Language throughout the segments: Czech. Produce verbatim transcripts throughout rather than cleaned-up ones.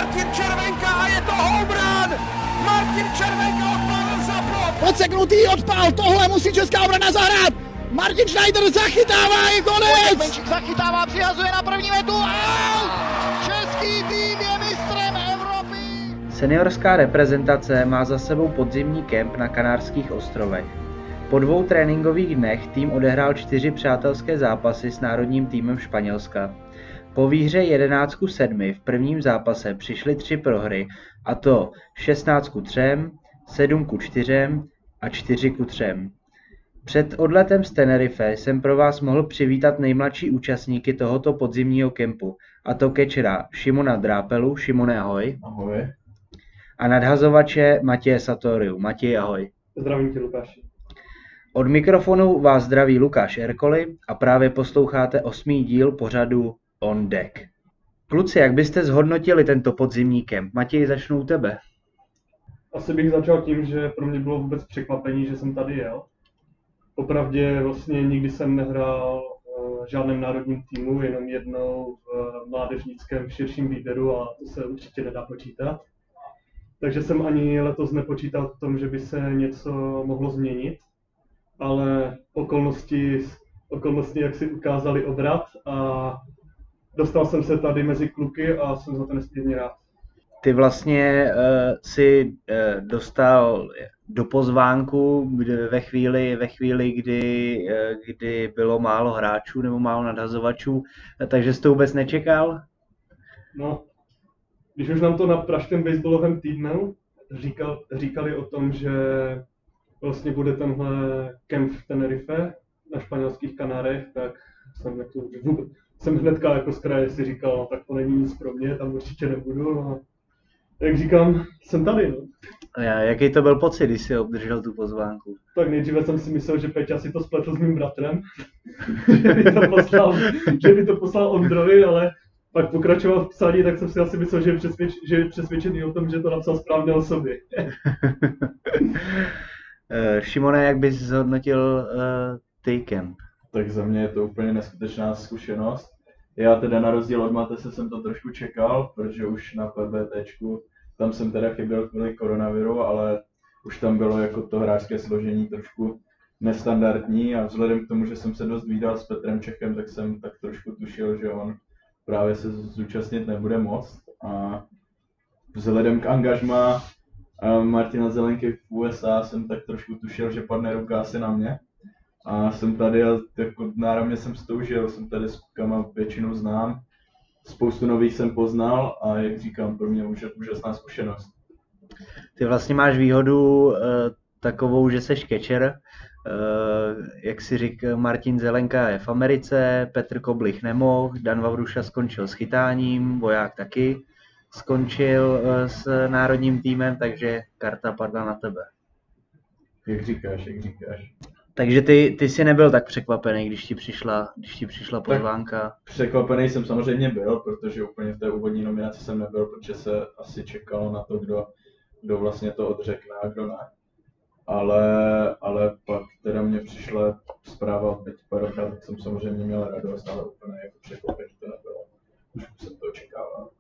Martin Červenka a je to home run! Martin Červenka odpálil za plot! Podseknutý odpál, tohle musí česká obrana zahrát! Martin Schneider zachytává, je konec! Benčík zachytává, přihazuje na první metu a český tým je mistrem Evropy! Seniorská reprezentace má za sebou podzimní kemp na Kanárských ostrovech. Po dvou tréninkových dnech tým odehrál čtyři přátelské zápasy s národním týmem Španělska. Po výhře jedenáct ku sedmi v prvním zápase přišly tři prohry, a to šestnáct ku třem, sedm ku čtyřem a čtyři ku třem. Před odletem z Tenerife jsem pro vás mohl přivítat nejmladší účastníky tohoto podzimního kempu, a to catchera Šimona Drápelu. Šimone, ahoj. Ahoj. A nadhazovače Matěje Satoriu. Matěj, ahoj. Zdravím tě, Lukáši. Od mikrofonu vás zdraví Lukáš Erkoli a právě posloucháte osmý díl pořadu On Deck. Kluci, jak byste zhodnotili tento podzimní kemp? Matěj, začnu u tebe. Asi bych začal tím, že pro mě bylo vůbec překvapení, že jsem tady jel. Popravdě vlastně nikdy jsem nehrál v žádném národním týmu, jenom jednou v mládežnickém širším výběru a to se určitě nedá počítat. Takže jsem ani letos nepočítal v tom, že by se něco mohlo změnit, ale okolnosti, okolnosti jak si ukázaly obrat a dostal jsem se tady mezi kluky a jsem za to nesmírně rád. Ty vlastně uh, si uh, dostal do pozvánku ve chvíli, ve chvíli kdy, uh, kdy bylo málo hráčů nebo málo nadhazovačů, takže jsi to vůbec nečekal? No, když už nám to na pražském baseballovém týdnu říkal, říkali o tom, že vlastně bude tenhle kemp v Tenerife na španělských Kanárech, tak jsem, jako, jsem hnedka jako z kraje si říkal, no, tak to není nic pro mě, tam určitě nebudu. A jak říkám, jsem tady. No. A jaký to byl pocit, když jsi obdržel tu pozvánku? Tak nejdříve jsem si myslel, že Peťa si to spletl s mým bratrem, že, by to poslal, že by to poslal Ondrovi, ale pak pokračoval v psání, tak jsem si asi myslel, že je, přesvědč, že je přesvědčený o tom, že to napsal správně o sobě. Šimone, jak bys zhodnotil uh, ty kemp? Tak za mě je to úplně neskutečná zkušenost. Já teda na rozdíl od Matese jsem to trošku čekal, protože už na PBTčku, tam jsem teda chyběl kvůli koronaviru, ale už tam bylo jako to hráčské složení trošku nestandardní a vzhledem k tomu, že jsem se dost vídal s Petrem Čechem, tak jsem tak trošku tušil, že on právě se zúčastnit nebude moct. A vzhledem k angažmá Martina Zelenky v U S A jsem tak trošku tušil, že padne ruka asi na mě. A jsem tady a jako náramně jsem s tou žil, jsem tady s klukama většinou znám. Spoustu nových jsem poznal a jak říkám, pro mě už je úžasná zkušenost. Ty vlastně máš výhodu uh, takovou, že seš catcher. Uh, jak si říkal, Martin Zelenka je v Americe, Petr Koblich nemohl, Dan Vavruša skončil s chytáním, Voják taky skončil uh, s národním týmem, takže karta padla na tebe. Jak říkáš, jak říkáš. Takže ty, ty jsi nebyl tak překvapený, když ti přišla, když ti přišla pozvánka? Tak překvapený jsem samozřejmě byl, protože úplně v té úvodní nominaci jsem nebyl, protože se asi čekalo na to, kdo, kdo vlastně to odřekne a kdo ne. Ale, ale pak teda mě přišla zpráva od Peti Parocha, tak jsem samozřejmě měl radost, ale úplně jako překvapení to nebylo. Už jsem to očekával.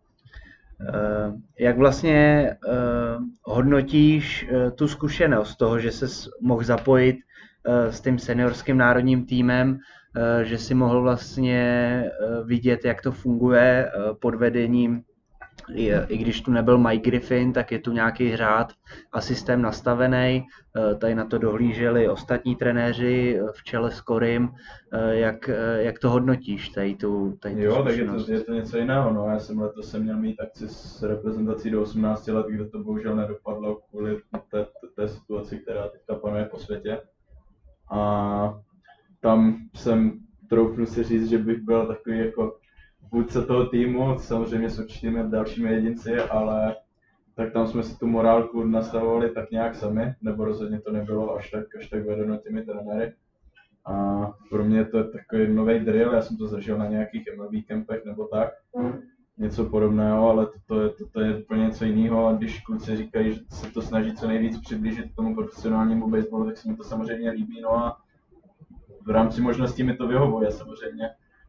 Uh, jak vlastně uh, hodnotíš uh, tu zkušenost toho, že ses mohl zapojit uh, s tím seniorským národním týmem, uh, že si mohl vlastně uh, vidět, jak to funguje uh, pod vedením, i, i když tu nebyl Mike Griffin, tak je tu nějaký řád a systém nastavený, uh, tady na to dohlíželi ostatní trenéři v čele s Korym. Uh, jak, uh, jak to hodnotíš, tady tu, tady tu Jo, tak je to, je to něco jiného, no. Já jsem letos jsem měl mít akci s reprezentací do osmnácti let, kde to bohužel nedopadlo kvůli té, té, té situaci, která teďka panuje po světě. A tam jsem, troufnu si říct, že bych byl takový jako vůdce toho týmu, samozřejmě s určitými dalšími jedinci, ale tak tam jsme si tu morálku nastavovali tak nějak sami, nebo rozhodně to nebylo až tak, až tak vedeno těmi trenéry. A pro mě to je takový nový drill, já jsem to zažil na nějakých M L B kempech nebo tak, něco podobného, ale toto je, toto je úplně něco jiného a když kluci říkají, že se to snaží co nejvíc přiblížit k tomu profesionálnímu baseballu, tak se mi to samozřejmě líbí, no a v rámci možností mi to vyhovuje samozřejmě.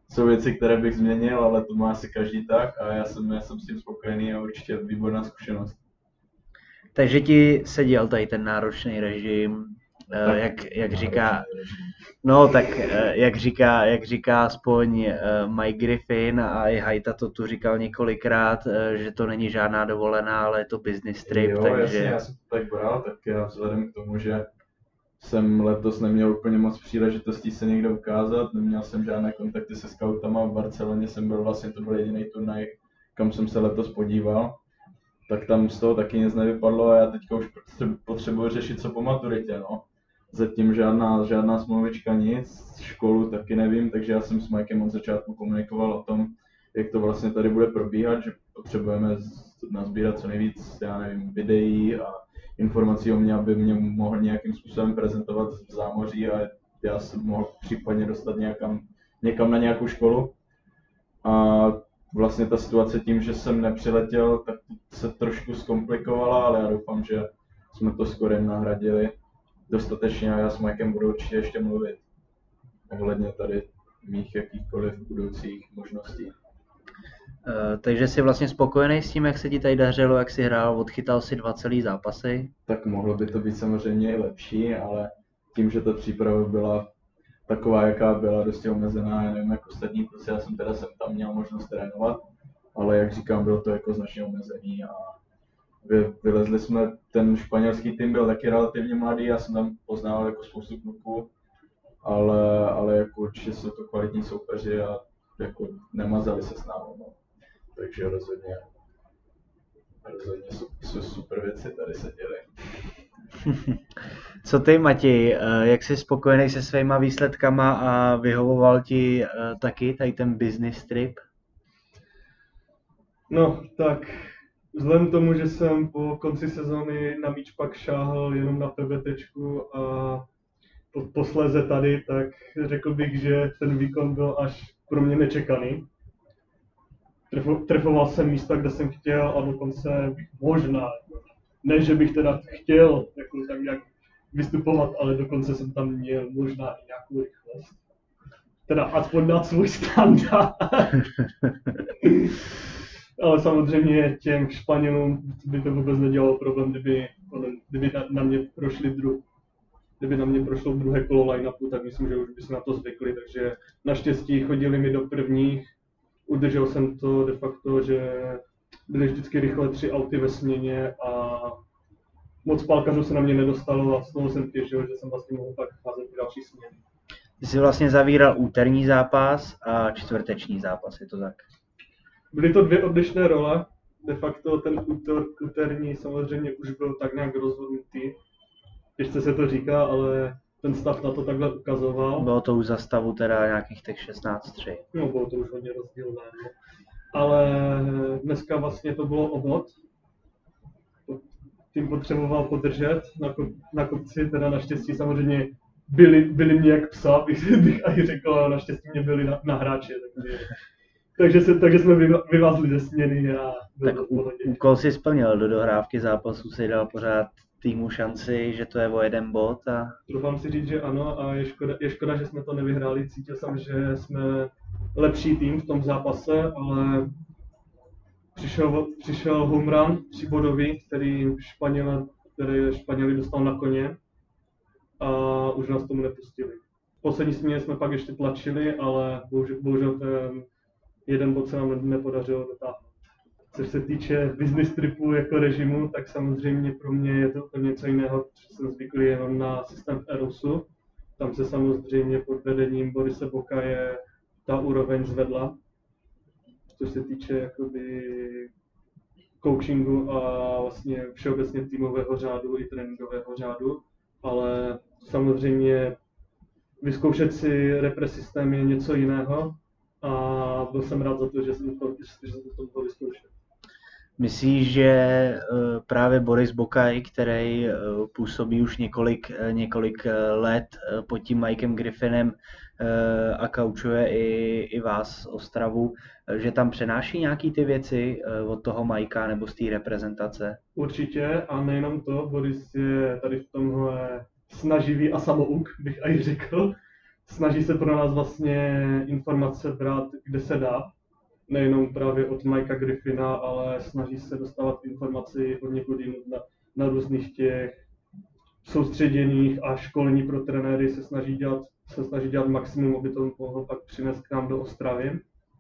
jsou věci, které bych změnil, ale to má asi každý tak a já jsem, já jsem s tím spokojený a určitě výborná zkušenost. Takže ti seděl tady ten náročný režim, tak, jak, jak říká, no tak jak říká, jak říká aspoň Mike Griffin a i Hajta to tu říkal několikrát, že to není žádná dovolená, ale je to business trip, jo, takže... jasně, já jsem to tak bral, tak já vzhledem k tomu, že jsem letos neměl úplně moc příležitostí se někde ukázat, neměl jsem žádné kontakty se scoutama, v Barceloně jsem byl vlastně, to byl jediný turnaj, kam jsem se letos podíval, tak tam z toho taky nic nevypadlo a já teďka už potřebuji řešit co po maturitě, no. Zatím žádná, žádná smlouvička nic, školu taky nevím, takže já jsem s Mikem od začátku komunikoval o tom, jak to vlastně tady bude probíhat, že potřebujeme nazbírat co nejvíc, já nevím, videí a informací o mě, aby mě mohl nějakým způsobem prezentovat v zámoří a já jsem mohl případně dostat nějakam, někam na nějakou školu. A vlastně ta situace tím, že jsem nepřiletěl, tak se trošku zkomplikovala, ale já doufám, že jsme to skoro jen nahradili dostatečně a já s Mikem budu určitě ještě mluvit ohledně tady mých jakýchkoliv budoucích možností. Uh, takže jsi vlastně spokojený s tím, jak se ti tady dařilo, jak jsi hrál, odchytal si dva celý zápasy? Tak mohlo by to být samozřejmě i lepší, ale tím, že ta příprava byla taková, jaká byla, dosti omezená, já nevím jak ostatní, protože já jsem teda jsem tam měl možnost trénovat, ale jak říkám, bylo to jako značně omezený a vy, vylezli jsme, ten španělský tým byl taky relativně mladý, já jsem tam poznal jako spoustu kluků, ale, ale jako určitě jsou to kvalitní soupeři a jako nemazali se s námi, no. Takže rozhodně, rozhodně jsou super věci tady se děly. Co ty, Matěj, jak jsi spokojený se svýma výsledkama a vyhovoval ti taky tady ten business trip? No, tak vzhledem k tomu, že jsem po konci sezóny na míč pak šáhl jenom na PBTčku a posléze tady, tak řekl bych, že ten výkon byl až pro mě nečekaný. Trefo, trefoval jsem místa, kde jsem chtěl a dokonce bych možná, ne že bych teda chtěl jako tak nějak vystupovat, ale dokonce jsem tam měl možná i nějakou rychlost. Teda aspoň nad svůj standard. Ale samozřejmě těm Španělům by to vůbec nedělalo problém, kdyby, kdyby na, na mě prošli dru, kdyby na mě prošlo druhé kolo line-upu, tak myslím, že už by se na to zvykli, takže naštěstí chodili mi do prvních. Udržel jsem to de facto, že byly vždycky rychle tři auty ve směně a moc pálkařů se na mě nedostalo a z toho jsem těšil, že jsem vlastně mohl pak házet další směny. Ty jsi vlastně zavíral úterní zápas a čtvrteční zápas, je to tak? Byly to dvě odlišné role, de facto ten útor, úterní samozřejmě už byl tak nějak rozhodnutý. Těžce se to říká, ale ten stav na to takhle ukazoval. Bylo to už za stavu teda nějakých těch šestnáct tři. No, bylo to už hodně rozdílné. Ale dneska vlastně to bylo o bod. Tým potřeboval podržet na, ko- na kopci, teda naštěstí samozřejmě byli, byli mě jak psa, bych, bych ani řekl, ale naštěstí mě byli na, na hráče. Takže, takže, se, takže jsme vyvázli ze směny a bylo tak to v pohodě. Úkol si splnil, do dohrávky zápasu si dal pořád týmu šanci, že to je o jeden bod a... Doufám si říct, že ano a je škoda, je škoda, že jsme to nevyhráli. Cítil jsem, že jsme lepší tým v tom zápase, ale přišel, přišel home run tříbodový, který Španěl, který Španěli dostal na koně a už nás tomu nepustili. V poslední směně jsme pak ještě tlačili, ale bohužel, bohužel ten jeden bod se nám nepodařilo dotáhnout. Co se týče business tripu jako režimu, tak samozřejmě pro mě je to úplně něco jiného, protože jsem zvyklý jenom na systém Erosu. Tam se samozřejmě pod vedením Borise Bokaje ta úroveň zvedla. Co se týče jakoby coachingu a vlastně všeobecně týmového řádu i tréninkového řádu, ale samozřejmě vyzkoušet si repre systém je něco jiného a byl jsem rád za to, že jsem to, že jsem to, to vyzkoušel. Myslíš, že právě Boris Bokaj, který působí už několik, několik let pod tím Mikem Griffinem a koučuje i, i vás Ostravu, že tam přenáší nějaký ty věci od toho Majka nebo z té reprezentace? Určitě a nejenom to, Boris je tady v tomhle snaživý a samouk, bych aj řekl. snaží se pro nás vlastně informace brát, kde se dá. Nejenom právě od Mikea Griffina, ale snaží se dostávat informaci od někud jinut na, na různých těch soustředěních a školení pro trenéry se snaží dělat, se snaží dělat maximum, aby to mohl pak přinést k nám do Ostravy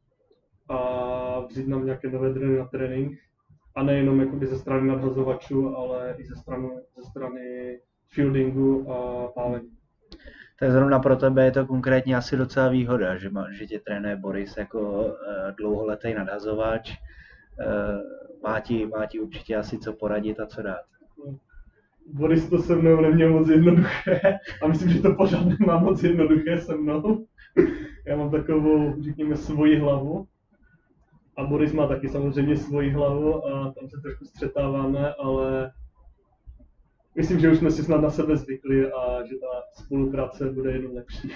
a vzít nám nějaké nové drony na trénink. A nejenom jakoby ze strany nadhazovačů, ale i ze strany, ze strany fieldingu a pálení. Tak zrovna pro tebe je to konkrétně asi docela výhoda, že, má, že tě trénuje Boris jako uh, dlouholetý nadhazovač. Uh, má, ti, má ti určitě asi co poradit a co dát. Boris to se mnou neměl moc jednoduché a myslím, že to pořád nemá moc jednoduché se mnou. Já mám takovou, řekněme, svoji hlavu. A Boris má taky samozřejmě svoji hlavu a tam se trošku střetáváme, ale myslím, že už jsme si snad na sebe zvykli a že ta spolupráce bude jenom lepší.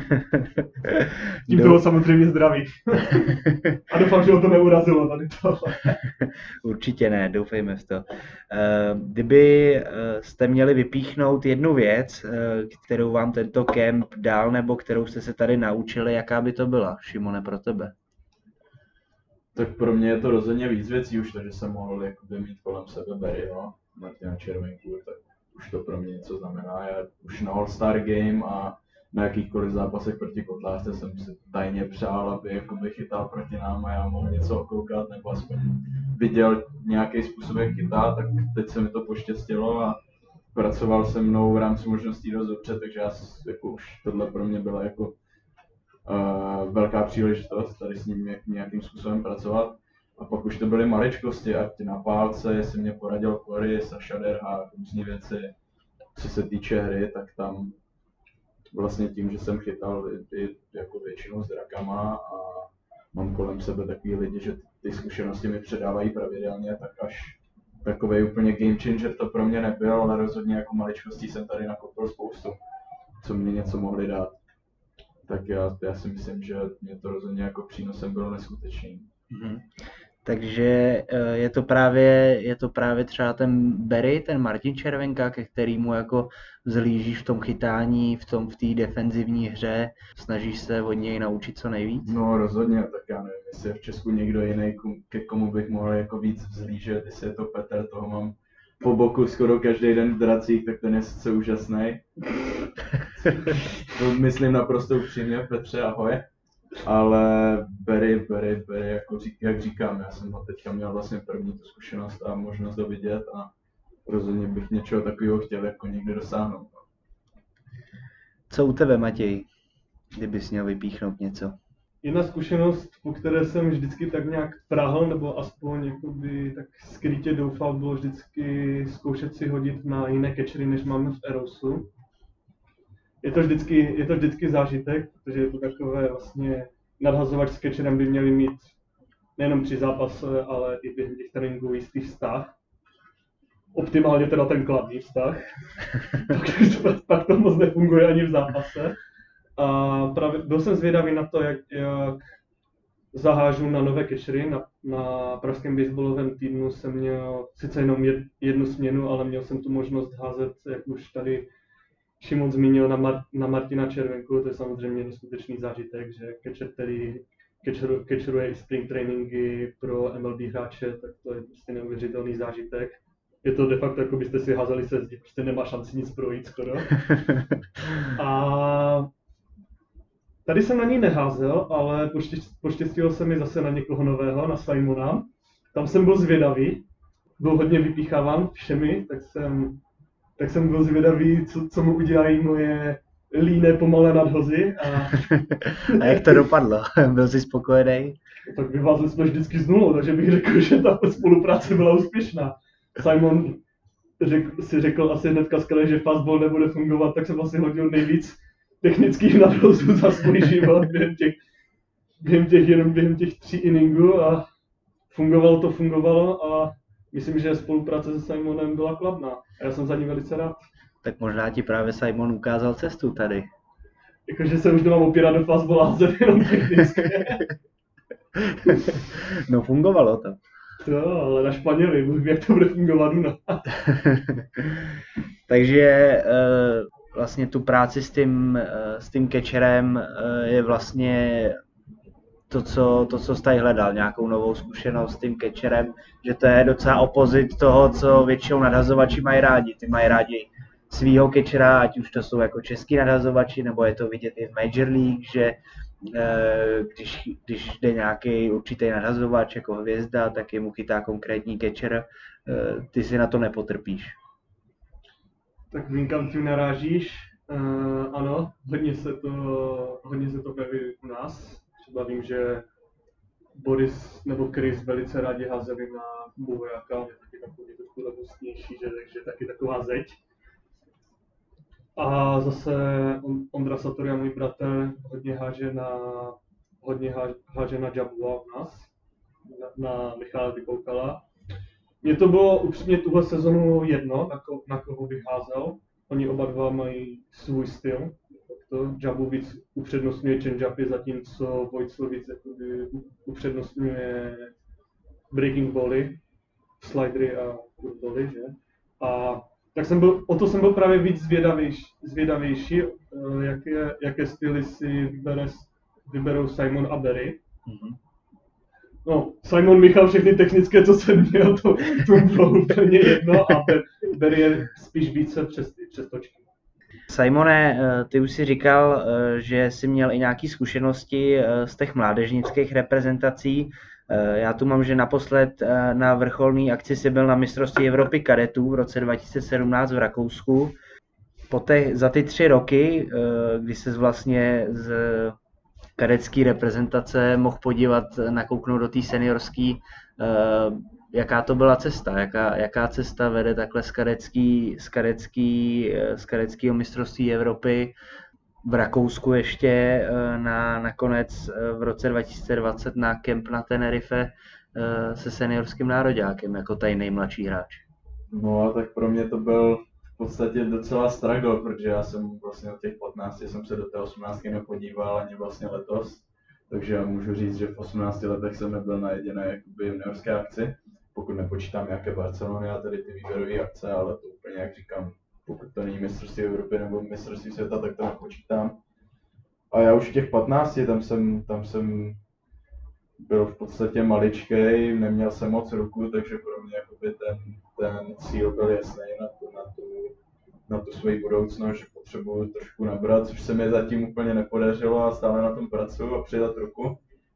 Tím toho samozřejmě zdraví. A doufám, že ho to neurazilo tady tohle. Určitě ne, doufejme v to. Kdyby jste měli vypíchnout jednu věc, kterou vám tento kemp dal, nebo kterou jste se tady naučili, jaká by to byla, Šimone, pro tebe? Tak pro mě je to rozhodně víc věcí už, takže jsem mohl jakoby mít kolem sebe Barryho, Martina Červenku, tak už to pro mě něco znamená. Já už na All-Star Game a na jakýchkoliv zápasech proti Kotlářce jsem si tajně přál, aby jakoby chytal proti nám a já mohl něco okoukat, nebo aspoň viděl nějaký způsob, jak chytá, tak teď se mi to poštěstilo a pracoval se mnou v rámci možností dost dobře, takže já jako už tohle pro mě byla jako Uh, velká příležitost tady s ním nějakým způsobem pracovat. A pak už to byly maličkosti, ať na pálce, jestli mě poradil Cory, Saša Derhák, různý věci. Co se týče hry, tak tam vlastně tím, že jsem chytal i, i jako většinou s drakama a mám kolem sebe takový lidi, že ty zkušenosti mi předávají pravidelně, tak až takovej úplně game changer to pro mě nebyl, ale rozhodně jako maličkostí jsem tady nakopil spoustu, co mě něco mohli dát. Tak já, já si myslím, že mě to rozhodně jako přínosem bylo neskutečný. Mm-hmm. Takže je to právě, je to právě třeba ten Barry, ten Martin Červenka, ke kterému jako vzhlížíš v tom chytání, v tom v té defenzivní hře, snažíš se od něj naučit co nejvíc? No rozhodně, tak já nevím, jestli je v Česku někdo jiný, ke komu bych mohl jako víc vzhlížet, jestli je to Petr, toho mám po boku skoro každý den v dracích, tak ten je sice úžasný. To myslím naprosto upřímně, Petře, ahoj. Ale Barry, Barry, Barry, jako řík, jak říkám, já jsem ho teďka měl vlastně první tu zkušenost a možnost ho vidět a rozhodně bych něčeho takového chtěl jako někdy dosáhnout. Co u tebe, Matěj, kdybys měl vypíchnout něco? Jedna zkušenost, po které jsem vždycky tak nějak prahl, nebo aspoň jakoby tak skrytě doufal, bylo vždycky zkoušet si hodit na jiné catchery, než máme v Aerosu. Je to vždycky, je to vždycky zážitek, protože je to takové vlastně nadhazovač s catcherem by měli mít nejenom při zápase, ale i během těch tréninků jistý vztah. Optimálně teda ten kladný vztah, pak, pak to moc nefunguje ani v zápase. A právě byl jsem zvědavý na to, jak, jak zahážu na nové catchery. Na, na pražském baseballovém týdnu jsem měl sice jenom jed, jednu směnu, ale měl jsem tu možnost házet, jak už tady Šimon zmínil, na, Mar, na Martina Červenku. To je samozřejmě neskutečný zážitek, že catcher, který catcher, catcheruje i spring tréninky pro M L B hráče, tak to je prostě neuvěřitelný zážitek. Je to de facto, jako byste si házeli se zdi, prostě nemá šanci nic projít skoro. A tady jsem na ní neházel, ale poštěstilo se mi zase na někoho nového, na Simona. Tam jsem byl zvědavý, byl hodně vypícháván všemi, tak jsem, tak jsem byl zvědavý, co, co mu udělají moje líné pomalé nadhozy. A, a jak to dopadlo? Byl jsi spokojený? Tak vyvázli jsme vždycky z nulou, takže bych řekl, že ta spolupráce byla úspěšná. Simon řek, si řekl asi hnedka skvěle, že fastball nebude fungovat, tak jsem vlastně hodil nejvíc technických nadhozů za svůj život během těch, během těch, jenom během těch tří inningů a fungovalo to, fungovalo a myslím, že spolupráce se Simonem byla kladná a já jsem za ní velice rád. Tak možná ti právě Simon ukázal cestu tady. Jakože se už nemám opírat do fastball a házet jenom technicky. No fungovalo to. Jo, ale na Španěli, jak to bude fungovat, no. Takže vlastně tu práci s tím, s tím catcherem je vlastně to, co, to, co jsi tady hledal, nějakou novou zkušenost s tím catcherem, že to je docela opozit toho, co většinou nadhazovači mají rádi. Ty mají rádi svýho catchera, ať už to jsou jako český nadhazovači, nebo je to vidět i v Major League, že když, když jde nějaký určitý nadhazovač jako hvězda, tak je mu chytá konkrétní catcher, ty si na to nepotrpíš. Tak vím, kam tím narážíš. Uh, ano, hodně se to, hodně se to praví u nás. Třeba vím, že Boris nebo Chris velice rádi házeli na Bohojaka, je taky takový trochu robustnější, že, takže taky taková zeď. A zase Ondra Satoria, můj bratr, hodně háže na, hodně háže na Jabua u nás, na, na Michala Vykoukala. Mně to bylo upřímně tuhle sezonu jedno, na, ko, na koho bych házel. Oni oba dva mají svůj styl. To Jabu víc upřednostňuje change-upy, zatímco Vojtslovic upřednostňuje breaking bally, slidery a curvebally, že? A tak jsem byl, o to jsem byl právě víc zvědavější, zvědavější jaké, jaké styly si vybere, vyberou Simon a Barry. Mm-hmm. No, Simon Michal všechny technické, co jsem měl, to, to bylo úplně jedno a Barry je spíš více přes, přes točky. Simone, ty už si říkal, že jsi měl i nějaké zkušenosti z těch mládežnických reprezentací. Já tu mám, že naposled na vrcholné akci jsi byl na mistrovství Evropy kadetů v roce dva tisíce sedmnáct v Rakousku. Poté za ty tři roky, kdy jsi vlastně z kadetské reprezentace mohl podívat, nakouknout do té seniorské, jaká to byla cesta, jaká, jaká cesta vede takhle z kadecký, z kadecký, z kadeckého mistrovství Evropy v Rakousku ještě na, nakonec v roce dva tisíce dvacet na kemp na Tenerife se seniorským nároďákem jako tady nejmladší hráč. No tak pro mě to byl v podstatě docela struggle, protože já jsem vlastně od těch patnácti jsem se do té osmnáctky nepodíval ani vlastně letos. Takže já můžu říct, že v osmnácti letech jsem nebyl na jediné jakoby juniorské akci, pokud nepočítám nějaké Barcelony a tady ty výběrové akce, ale to úplně, jak říkám, pokud to není mistrovství Evropy nebo mistrovství světa, tak to nepočítám. A já už v těch patnácti, tam jsem, tam jsem byl v podstatě maličkej, neměl jsem moc ruku, takže pro mě jakoby ten, ten cíl byl jasný na tu, na tu, na tu svoji budoucnost, že potřebuju trošku nabrat, což se mi zatím úplně nepodařilo a stále na tom pracuju a přidat ruku.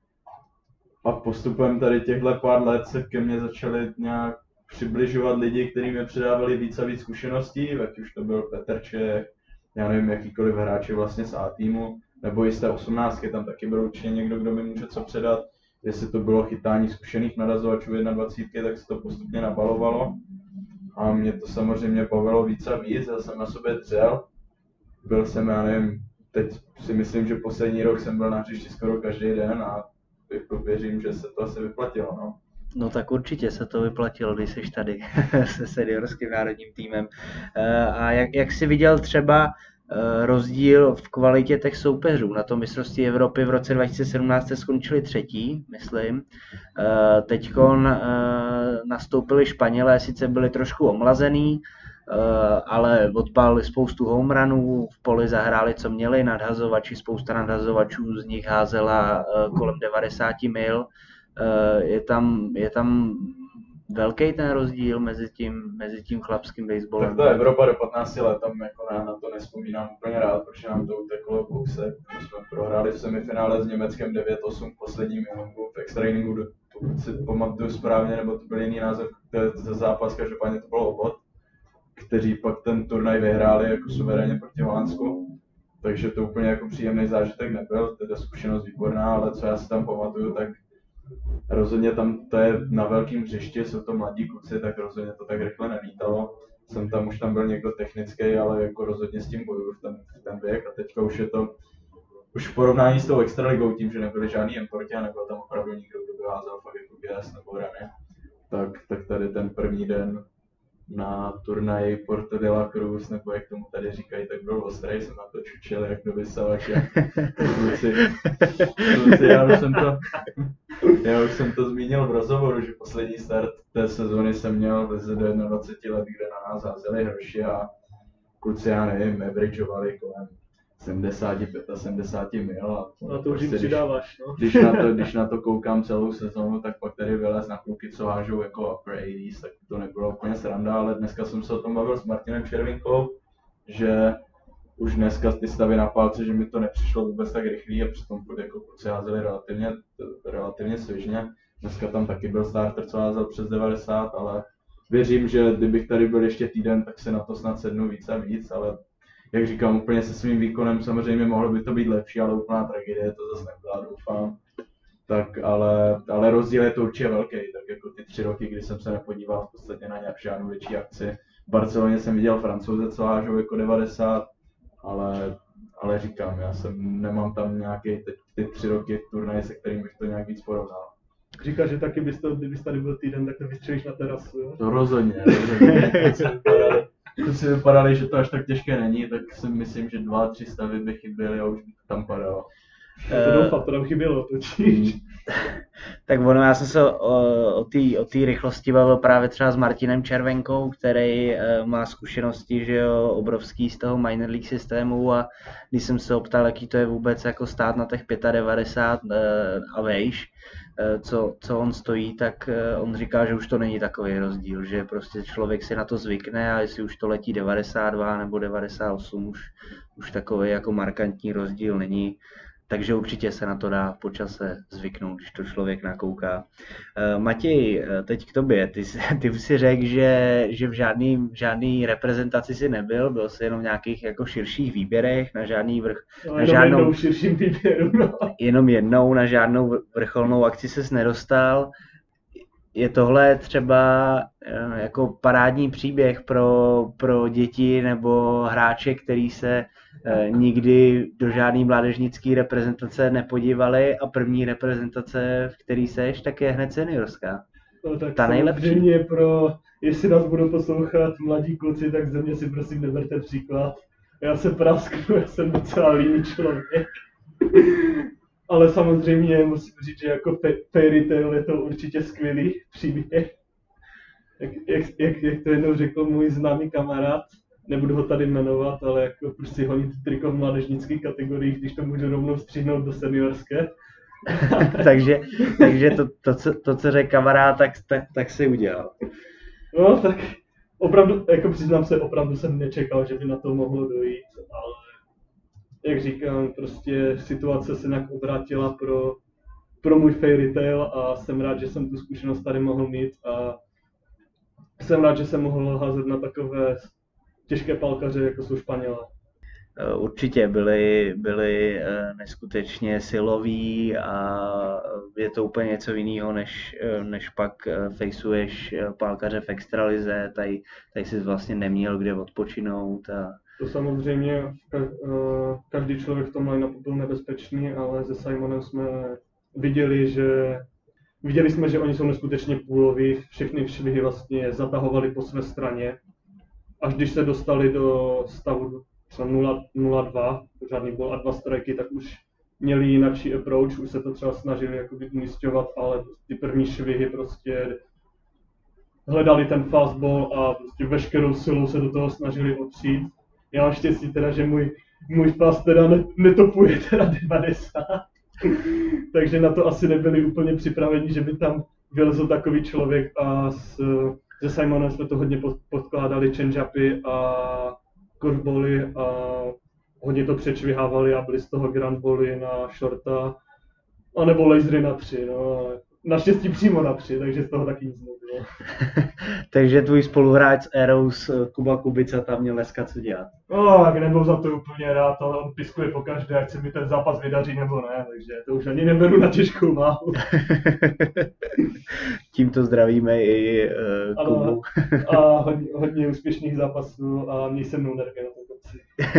A postupem tady těchto pár let se ke mně začali nějak přibližovat lidi, kteří mi předávali víc a víc zkušeností, ať už to byl Petrček, já nevím, jakýkoliv hráči vlastně z A týmu, nebo i z té osmnáctky, tam taky byl určitě někdo, kdo mi může co předat. Jestli to bylo chytání zkušených nadazovačů dvacet jedna, tak se to postupně nabalovalo. A mě to samozřejmě bavilo víc a víc, já jsem na sobě dřel. Byl jsem, já nevím, teď si myslím, že poslední rok jsem byl na hřišti skoro každý den a věřím, že se to asi vyplatilo. No. No tak určitě se to vyplatilo, když jsi tady se seniorským národním týmem. A jak, jak jsi viděl třeba rozdíl v kvalitě těch soupeřů? Na tom mistrovství Evropy v roce dva tisíce sedmnáct skončili třetí, myslím. Teďkon nastoupili Španělé, sice byli trošku omlazený, ale odpálili spoustu home runů, v poli zahráli, co měli, nadhazovači, spousta nadhazovačů z nich házela kolem devadesát mil. Je tam, je tam velký ten rozdíl mezi tím, mezi tím chlapským baseballem. Tak ta Evropa do patnácti let, tam jako na, na to nespomínám úplně rád, protože nám to uteklo v boxe. My jsme prohráli v semifinále s Německem devět osm v posledním inningu, v extra inningu, pokud si pamatuju správně, nebo to byl jiný název za zápas, každopádně to bylo obod, kteří pak ten turnaj vyhráli jako suverénně proti Holandsku. Takže to úplně jako příjemný zážitek nebyl, teda zkušenost výborná, ale co já si tam pamatuju, tak rozhodně tam to je na velkém hřišti, jsou to mladí kluci, tak rozhodně to tak rychle nelítalo. Jsem tam, už tam byl někdo technický, ale jako rozhodně s tím bojuju v ten, v ten věk a teďka už je to, už v porovnání s tou extraligou tím, že nebyly žádný importi a nebyl tam opravdu nikdo, kdo by házel fakt jako G S nebo rany, tak, tak tady ten první den na turnaji Porto de la Cruz, nebo jak tomu tady říkají, tak byl ostrý, jsem na to čučel, jak do vysavače. Kluci, kluci, já už jsem to, já už jsem to zmínil v rozhovoru, že poslední start té sezóny jsem měl v do dvaceti let, kde na nás házeli hroši a, kluci, já nevím, averageovali kolem sedmdesát sedmdesát pět mil. A to, a to už jim přidáváš, no. Když na, to, když na to koukám celou sezónu, tak pak tady vylez na kluky, co hážou jako upper osmdesát, tak to nebylo úplně sranda, ale dneska jsem se o tom bavil s Martinem Červinkou, že už dneska ty stavy na palce, že mi to nepřišlo vůbec tak rychlý a přitom jako kluci házeli relativně, relativně svižně. Dneska tam taky byl starter, co házel přes devadesát, ale věřím, že kdybych tady byl ještě týden, tak se na to snad sednu víc a víc, ale jak říkám, úplně se svým výkonem samozřejmě mohlo by to být lepší, ale úplná tragédie to zase nebyla, doufám. Tak ale, ale rozdíl je to určitě velký, tak jako ty tři roky, kdy jsem se nepodíval v podstatě na nějak žádnou větší akci. V Barceloně jsem viděl Francouze, co hážou jako devadesát, ale, ale říkám, já jsem nemám tam nějaký teď ty tři roky v turnaji, se kterým bych to nějak víc porovnal. Říkáš, že taky bys to, kdybys tady byl týden, tak to vystřelíš na terasu, jo? To rozhodně, rozhodně. Když si vypadali, že to až tak těžké není, tak si myslím, že dva, tři stavy by chyběly a už by to tam padalo. Já to doufám, to tam chybělo totiž. Tak ono, já jsem se o té o té rychlosti bavil právě třeba s Martinem Červenkou, který uh, má zkušenosti, že jo, obrovský z toho minor league systému, a když jsem se optal, jaký to je vůbec jako stát na těch devadesát pět uh, a vejš, uh, co, co on stojí, tak uh, on říká, že už to není takový rozdíl, že prostě člověk si na to zvykne a jestli už to letí devadesát dva nebo devadesát osm, už, už takový jako markantní rozdíl není. Takže určitě se na to dá po čase zvyknout, když to člověk nakouká. Matěj, teď k tobě. Ty, ty si řekl, že, že v žádný, žádný reprezentaci si nebyl, byl jsi jenom v nějakých jako širších výběrech, na žádný vrch... No, na jenom žádnou, jednou širším výběru, no. Jenom jednou, na žádnou vrcholnou akci ses nedostal. Je tohle třeba jako parádní příběh pro, pro děti nebo hráče, který se nikdy do žádný mládežnický reprezentace nepodívali a první reprezentace, v který seš, tak je hned seniorská. No, tak ta nejlepší. Samozřejmě pro, jestli nás budou poslouchat mladí kluci, tak ze mě si prosím neberte příklad. Já se prasknu, já jsem docela líný člověk. Ale samozřejmě musím říct, že jako fairy tale je to určitě skvělý příběh. Jak, jak, jak, jak to jednou řekl můj známý kamarád, nebudu ho tady jmenovat, ale jako prostě honit triko v mládežnických kategoriích, když to můžu rovnou stříhnout do seniorské. takže takže to, to, co, to, co řekl kamarád, tak, tak, tak si udělal. No tak opravdu, jako přiznám se, opravdu jsem nečekal, že by na to mohlo dojít, ale jak říkám, prostě situace se nějak obrátila pro, pro můj fairy tale a jsem rád, že jsem tu zkušenost tady mohl mít a jsem rád, že jsem mohl házet na takové těžké palkaře, jako jsou Španělé. Určitě byli, byli neskutečně siloví a je to úplně něco jiného, než, než pak fejsuješ palkaře v extralize, tady, tady jsi vlastně neměl kde odpočinout. A... To samozřejmě, každý člověk v tom line-upu byl nebezpečný, ale se Simonem jsme viděli, že viděli jsme, že oni jsou neskutečně půloví, všechny švihy vlastně zatahovali po své straně. Až když se dostali do stavu třeba nula dva, žádný bol a dva strajky, tak už měli jináčí approach, už se to třeba snažili jakoby umísťovat, ale ty první švihy prostě hledali ten fastball a prostě veškerou silou se do toho snažili opřít. Já mám štěstí teda, že můj, můj fast teda netopuje teda devadesát, takže na to asi nebyli úplně připraveni, že by tam vylezl takový člověk a s, se Simonem jsme to hodně podkládali change-upy a curvebally a hodně to přečvihávali a byly z toho groundbally na shorta, anebo lasery na tři, no. Naštěstí přímo na tři, takže z toho taky nic nebylo. Takže tvůj spoluhráč z Arrows, Kuba Kubica, tam měl dneska co dělat. No, tak nebyl za to úplně rád, ale on piskuje pokaždé, ať se mi ten zápas vydaří nebo ne, takže to už ani neberu na těžkou váhu. Tímto zdravíme i uh, Kubu. A, a hodně, hodně úspěšných zápasů a měj se mnou nervy na tom kopci.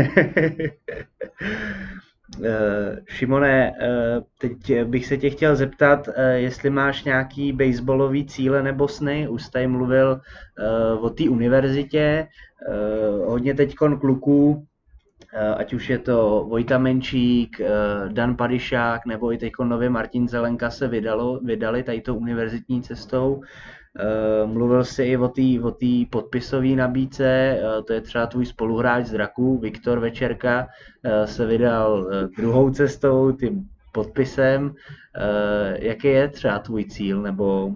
Uh, Šimone, uh, teď bych se tě chtěl zeptat, uh, jestli máš nějaký baseballový cíle nebo sny. Už jsi tady mluvil uh, o té univerzitě, uh, hodně teďkon kluků ať už je to Vojta Menčík, Dan Padyšák nebo i teď nově Martin Zelenka se vydalo, vydali tady tou univerzitní cestou. Mluvil jsi i o té o té podpisové nabídce, to je třeba tvůj spoluhráč z Draků, Viktor Večerka, se vydal druhou cestou, tím podpisem. Jaký je třeba tvůj cíl, nebo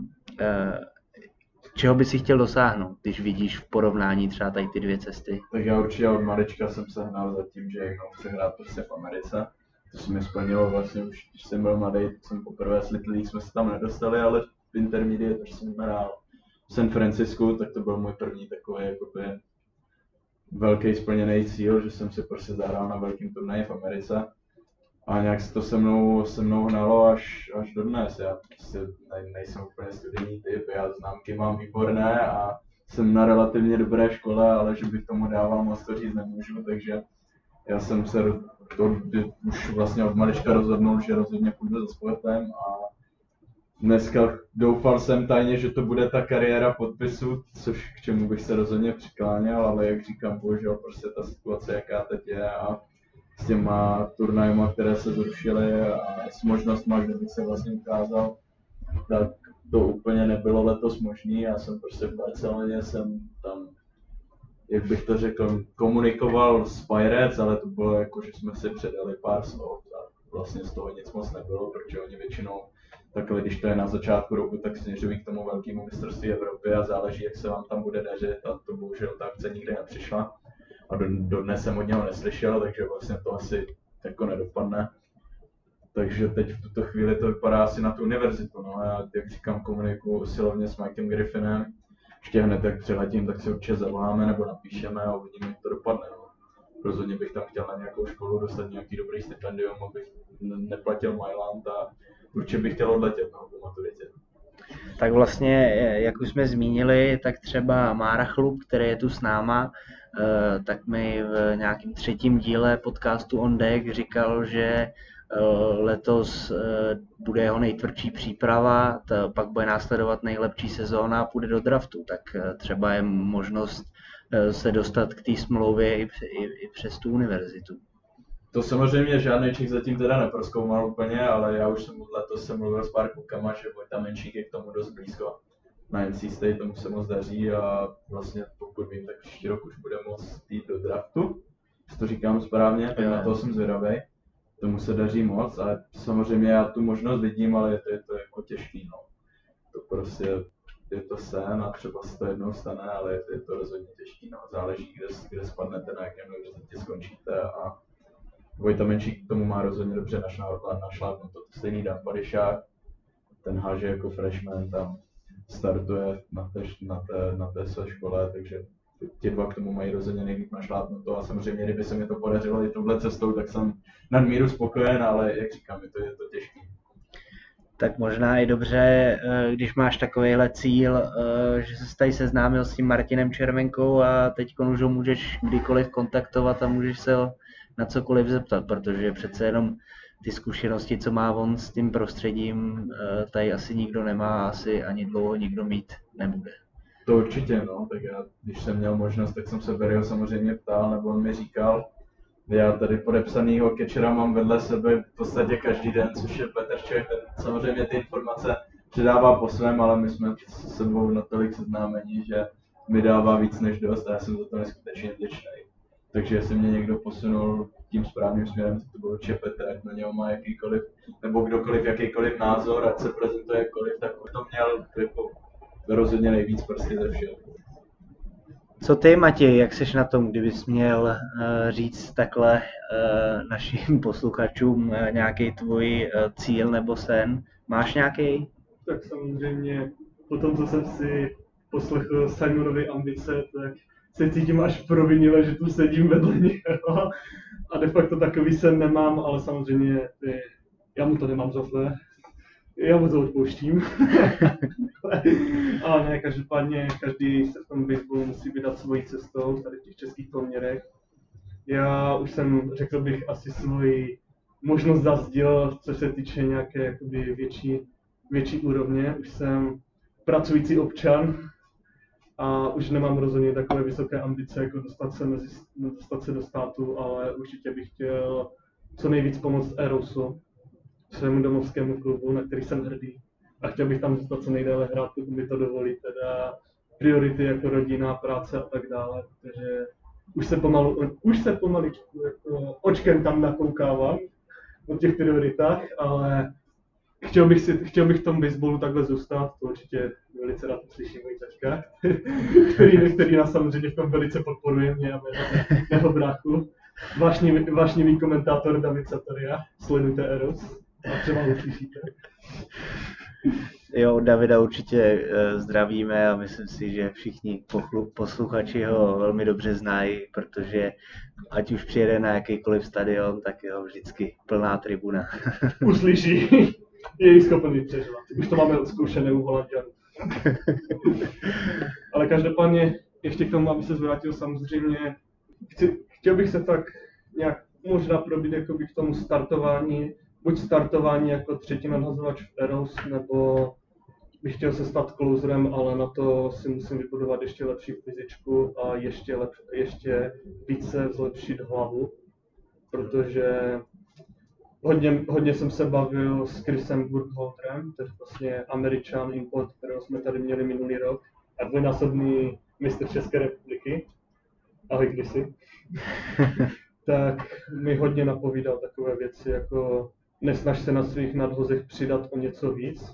čeho by si chtěl dosáhnout, když vidíš v porovnání třeba tady ty dvě cesty? Tak já určitě od malička jsem se hnal za tím, že jednou chci hrát prostě v Americe. To se mi splnilo vlastně už, když jsem byl mladý, jsem poprvé s Little League jsme se tam nedostali, ale v intermediate, když jsem hrál v San Francisku, tak to byl můj první takový jakoby velký splněný cíl, že jsem si prostě zahrál na velkým turnaji v Americe. A nějak se to se mnou, se mnou hnalo až, až dodnes. Já prostě ne, nejsem úplně studijní typ, já známky mám výborné a jsem na relativně dobré škole, ale že bych tomu dával moc to říct nemůžu, takže já jsem se to už vlastně od malička rozhodnul, že rozhodně půjdu za sportem a dneska doufal jsem tajně, že to bude ta kariéra podpisu, což k čemu bych se rozhodně přikláněl, ale jak říkám, bohužel prostě ta situace, jaká teď je a s těma turnajema, které se zrušily a s možnostmi, kde bych se vlastně ukázal, tak to úplně nebylo letos možné. Já jsem prostě v Barceloně, jsem tam, jak bych to řekl, komunikoval s Pirates, ale to bylo jako, že jsme si předali pár slov a vlastně z toho nic moc nebylo, protože oni většinou takhle, když to je na začátku roku, tak směřují k tomu velkému mistrovství Evropy a záleží, jak se vám tam bude dařit a to bohužel ta akce nikdy nepřišla. A do, dodnes jsem od něho neslyšel, takže vlastně to asi jako nedopadne. Takže teď v tuto chvíli to vypadá asi na tu univerzitu. No. Já, jak říkám, komunikuju usilovně s Mikem Griffinem. Ještě hned jak přiletím, tak si určitě zavoláme nebo napíšeme a uvidíme, jak to dopadne. No. Rozhodně bych tam chtěl na nějakou školu dostat nějaký dobrý stipendium, abych neplatil Mailand a určitě bych chtěl odletět no, po maturitě. Tak vlastně, jak už jsme zmínili, tak třeba Mára Chlup, který je tu s náma, tak mi v nějakém třetím díle podcastu On Deck říkal, že letos bude jeho nejtvrdší příprava, pak bude následovat nejlepší sezóna a půjde do draftu, tak třeba je možnost se dostat k té smlouvě i, i, i přes tu univerzitu. To samozřejmě žádný Čech zatím teda neprozkoumal úplně, ale já už jsem letos jsem mluvil s pár klukama, že Vojta Menčík je k tomu dost blízko. Na N C State tomu se moc daří a vlastně pokud vím, tak příští rok už bude moc jít do draftu, jestli to říkám správně, tak na to jsem zvědavý. Tomu se daří moc a samozřejmě já tu možnost vidím, ale je to, je to jako těžký, no. To prostě je to sen a třeba se to jednou stane, ale je to, je to rozhodně těžký, no. Záleží, kde, kde spadnete, na jakém univerzitě skončíte a Vojta Menčík k tomu má rozhodně dobře našlápnuto. To stejný Dan Padyšák, ten háže jako freshman, tam startuje na té, na té, na té své škole, takže ti dva k tomu mají rozhodně nejvíc našlápnuto a samozřejmě, kdyby se mi to podařilo i touhle cestou, tak jsem nadmíru spokojen, ale jak říkám, je to, je to těžké. Tak možná i dobře, když máš takovýhle cíl, že se tady seznámil s tím Martinem Červenkou a teď už ho můžeš kdykoliv kontaktovat a můžeš se ho na cokoliv zeptat, protože přece jenom ty zkušenosti, co má on s tím prostředím, tady asi nikdo nemá a asi ani dlouho nikdo mít nebude. To určitě, no, tak já, když jsem měl možnost, tak jsem se Barryho samozřejmě ptal, nebo on mi říkal, já tady podepsanýho catchera mám vedle sebe v podstatě každý den, což je Petr Čech, ten samozřejmě ty informace předává po svém, ale my jsme s sebou natolik seznámení, že mi dává víc než dost a já jsem za to neskutečně vděčný. Takže jestli mě někdo posunul tím správným směrem, to byl určitě Petr, ať na něho má jakýkoliv, nebo kdokoliv, jakýkoliv názor, ať se prezentuje jakkoliv, tak to měl jako rozhodně nejvíc prostě ze všeho. Co ty, Matěj, jak seš na tom, kdybys měl uh, říct takhle uh, našim posluchačům uh, nějaký tvůj uh, cíl nebo sen? Máš nějaký? Tak samozřejmě, po tom, co jsem si poslechl Simonovy ambice, tak se cítím až provinile, že tu sedím vedle něho. A de facto takový sen nemám, ale samozřejmě ty, já mu to nemám za zlé. Já mu to odpouštím. Ale ne, každopádně každý se v tom baseballu musí vydat svojí cestou, tady v těch českých poměrech. Já už jsem, řekl bych, asi svoji možnost zazdil, co se týče nějaké jakoby větší, větší úrovně. Už jsem pracující občan a už nemám rozhodně takové vysoké ambice, jako dostat se, mezi, dostat se do státu, ale určitě bych chtěl co nejvíc pomoct Erosu, svému domovskému klubu, na který jsem hrdý. A chtěl bych tam zůstat co nejdéle hrát, pokud mi to dovolí, teda priority jako rodina, práce a tak dále, protože už se pomalu, už se pomaličku jako očkem tam nakoukávám o těch prioritách, ale chtěl bych, si, chtěl bych v tom baseballu takhle zůstat, to určitě velice rád slyším můj tačka, který, který nás samozřejmě v tom velice podporuje, mě a mého bráchu. Vášnivý, vášnivý komentátor David Satoria, sledujte Eros a třeba ho slyšíte. Jo, Davida určitě uh, zdravíme a myslím si, že všichni pochlu, posluchači ho velmi dobře znají, protože ať už přijede na jakýkoliv stadion, tak je ho vždycky plná tribuna. Uslyší, je jí schopen přežívat. Už to máme odzkoušené u Holanďanů. Ale každopádně ještě k tomu, aby se zvrátil, samozřejmě chci, chtěl bych se tak nějak možná probít jakoby k tomu startování, buď startování jako třetí nadhazovač v Eros, nebo bych chtěl se stát closerem, ale na to si musím vybudovat ještě lepší fyzičku a ještě, lep, ještě více zlepšit hlavu, protože hodně, hodně jsem se bavil s Chrisem Burkholderem, to je vlastně Američan import, kterého jsme tady měli minulý rok, a dvojnásobný mistr České republiky. Ahoj Chrisy. Tak mi hodně napovídal takové věci, jako nesnaž se na svých nadhozech přidat o něco víc.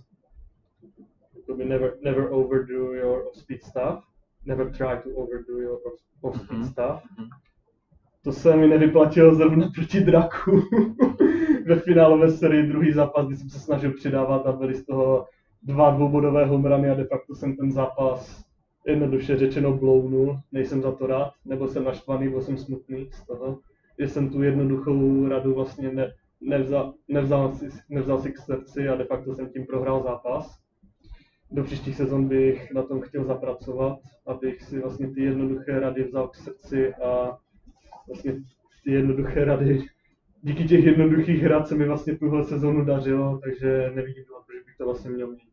Never, never overdo your off-speed stuff. Never try to overdo your off-speed mm-hmm. stuff. To se mi nevyplatilo zrovna proti Draku. Ve finálové sérii druhý zápas, kdy jsem se snažil přidávat a byly z toho dva dvoubodové homerany a de facto jsem ten zápas jednoduše řečeno blownul. Nejsem za to rád, nebo jsem naštvaný, byl jsem smutný z toho, že jsem tu jednoduchou radu vlastně ne, nevzal, nevzal, si, nevzal si k srdci a de facto jsem tím prohrál zápas. Do příštích sezon bych na tom chtěl zapracovat, abych si vlastně ty jednoduché rady vzal k srdci a vlastně ty jednoduché rady, díky těch jednoduchých hrad se mi vlastně tuhle sezonu dařilo, takže nevidím důvod, proč bych to vlastně měl mít.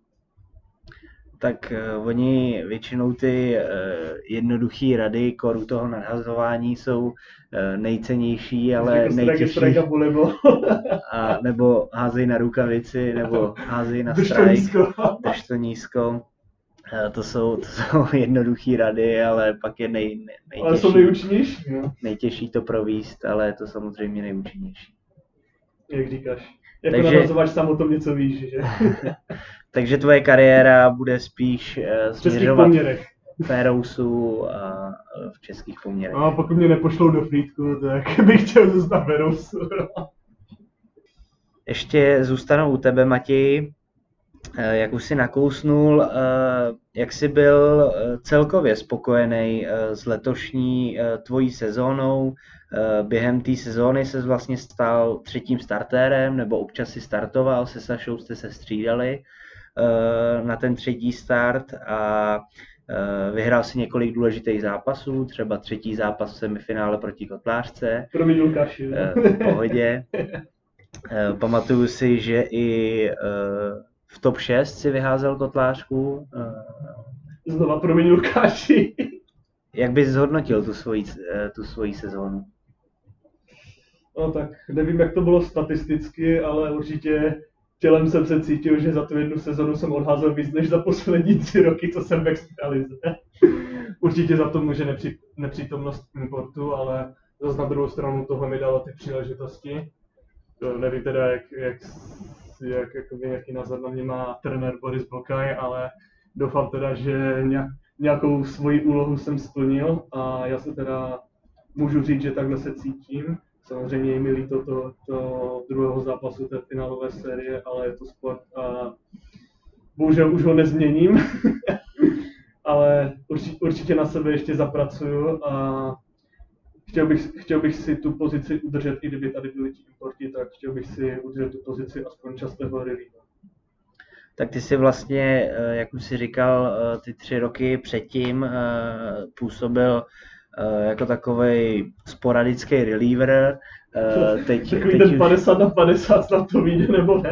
Tak uh, oni většinou ty uh, jednoduché rady koru toho nadhazování jsou uh, nejcennější, ale nejtěžší. A nebo házej na rukavici, nebo házej na strike, drž to nízko. Uh, to, jsou, to jsou jednoduché rady, ale pak je nej, nej, nejtěžší, ale jsou nejúčinnější, no? Nejtěžší to províst, ale je to samozřejmě nejúčinnější. Jak říkáš. Jako takže nadhazovač sám o tom něco víš, že? Takže tvoje kariéra bude spíš uh, směřovat v Erousu a uh, v českých poměrech. No a pokud mě nepošlou do Frýdku, tak bych chtěl zůstat v Erousu. Ještě zůstanou u tebe, Matěj. Uh, jak už jsi nakousnul, uh, jak jsi byl uh, celkově spokojený uh, s letošní uh, tvojí sezónou? Uh, během té sezóny se vlastně stal třetím startérem, nebo občas si startoval, se Sašou jste se střídali na ten třetí start a vyhrál si několik důležitých zápasů, třeba třetí zápas v semifinále proti Kotlářce. Promiň Lukáši. V pohodě. Pamatuju si, že i v top šest si vyházel Kotlářku. Znova promiň Lukáši. Jak bys zhodnotil tu svoji, tu svoji sezónu? No tak nevím, jak to bylo statisticky, ale určitě tělem jsem se cítil, že za tu jednu sezonu jsem odházel víc než za poslední tři roky, co jsem v extralize. Určitě za to může nepří, nepřítomnost importu, ale zase na druhou stranu tohle mi dalo ty příležitosti. To nevím teda, jak, jak, jak jakoby, jaký názor na mě má trenér Boris Blokaj, ale doufám teda, že nějak, nějakou svoji úlohu jsem splnil a já se teda můžu říct, že takhle se cítím. Samozřejmě je mi líto to, to druhého zápasu té finálové série, ale je to sport a bohužel už ho nezměním. Ale určitě, určitě na sebe ještě zapracuju a chtěl bych, chtěl bych si tu pozici udržet, i kdyby tady byly ti importy, tak chtěl bych si udržet tu pozici aspoň častého relievu. Tak ty jsi vlastně, jak už jsi říkal, ty tři roky předtím působil jako takovej sporadický reliever. Teď, Takový teď ten už, padesát na padesát, snad to vyjde nebo ne?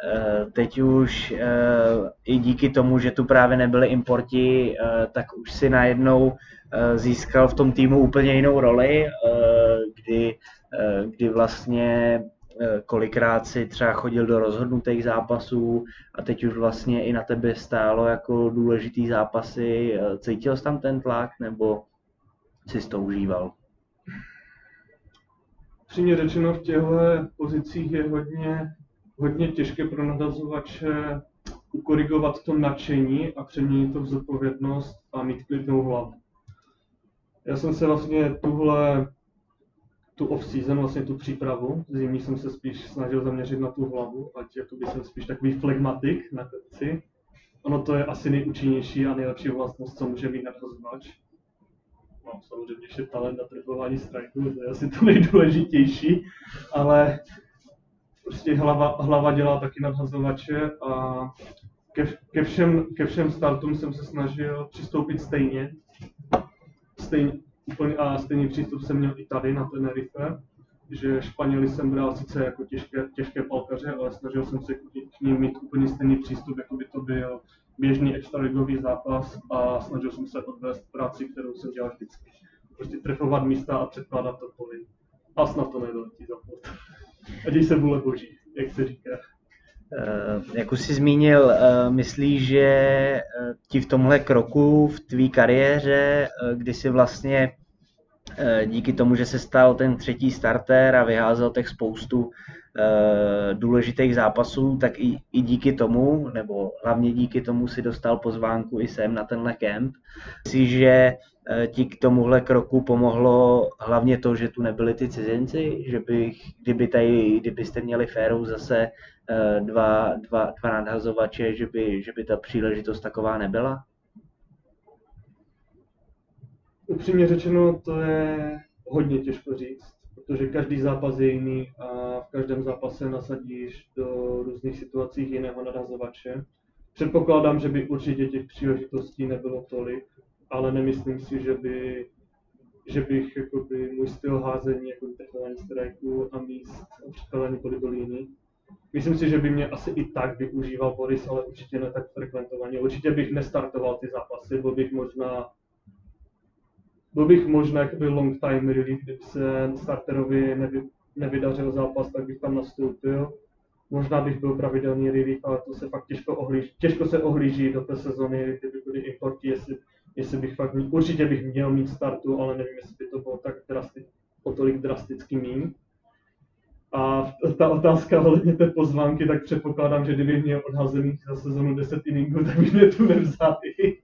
teď už i díky tomu, že tu právě nebyli importi, tak už si najednou získal v tom týmu úplně jinou roli, kdy, kdy vlastně kolikrát si třeba chodil do rozhodnutých zápasů a teď už vlastně i na tebe stálo jako důležitý zápasy. Cítil jsi tam ten tlak nebo jsi to užíval? Přímě řečeno, v těchto pozicích je hodně, hodně těžké pro nadazovače ukorigovat to nadšení a přeměnit to v zodpovědnost a mít klidnou hlavu. Já jsem se vlastně tuhle, tu off-season, vlastně tu přípravu zimní jsem se spíš snažil zaměřit na tu hlavu, ať jakoby jsem spíš takový flegmatik na kopci. Ono to je asi nejúčinnější a nejlepší vlastnost, co může být nadhazovač. No, samozřejmě ještě talent a trefování strikeů, to je asi to nejdůležitější, ale prostě hlava, hlava dělá taky nadhazovače a ke, ke, všem, ke všem startům jsem se snažil přistoupit stejně. Stejně úplně, a stejný přístup jsem měl i tady na Tenerife, že Španěli jsem bral sice jako těžké, těžké palkaře, ale snažil jsem se k ním mít úplně stejný přístup, jako by to byl běžný extraligový zápas a snažil jsem se odvést práci, kterou jsem dělal vždycky. Prostě trefovat místa a předkládat to poli. A snad to nedoletí za plot. A děj se vůle boží, jak se říká. Uh, jak už jsi zmínil, uh, myslíš, že uh, ti v tomhle kroku, v tvý kariéře, uh, kdy jsi vlastně uh, díky tomu, že se stal ten třetí starter a vyházel těch spoustu uh, důležitých zápasů, tak i, i díky tomu, nebo hlavně díky tomu si dostal pozvánku i sem na tenhle kemp. Myslíš, že uh, ti k tomuhle kroku pomohlo hlavně to, že tu nebyli ty cizinci, že bych, kdyby tady, kdybyste měli férou zase Dva, dva, dva nadhazovače, že by, že by ta příležitost taková nebyla? Upřímně řečeno, to je hodně těžko říct, protože každý zápas je jiný a v každém zápase nasadíš do různých situací jiného nadhazovače. Předpokládám, že by určitě těch příležitostí nebylo tolik, ale nemyslím si, že by že bych jakoby, můj styl házení, jako trefování strikeů a míst a předkládání poli byl jiný. Myslím si, že by mě asi i tak využíval Boris, ale určitě ne tak frekventovaně. Určitě bych nestartoval ty zápasy, byl bych možná, byl bych možná jakoby long time relief, kdyby se starterovi nevy, nevydařil zápas, tak bych tam nastoupil. Možná bych byl pravidelný relief, ale to se fakt těžko ohlíží. Těžko se ohlíží do té sezony, kdyby byly importy, jestli, jestli bych fakt, určitě bych měl mít startu, ale nevím, jestli by to bylo tak drasti, o tolik drasticky míň. A ta otázka ohledně té pozvánky, tak předpokládám, že kdybych měl odhazených za sezonu deset inningů, tak by mě tu nevzali.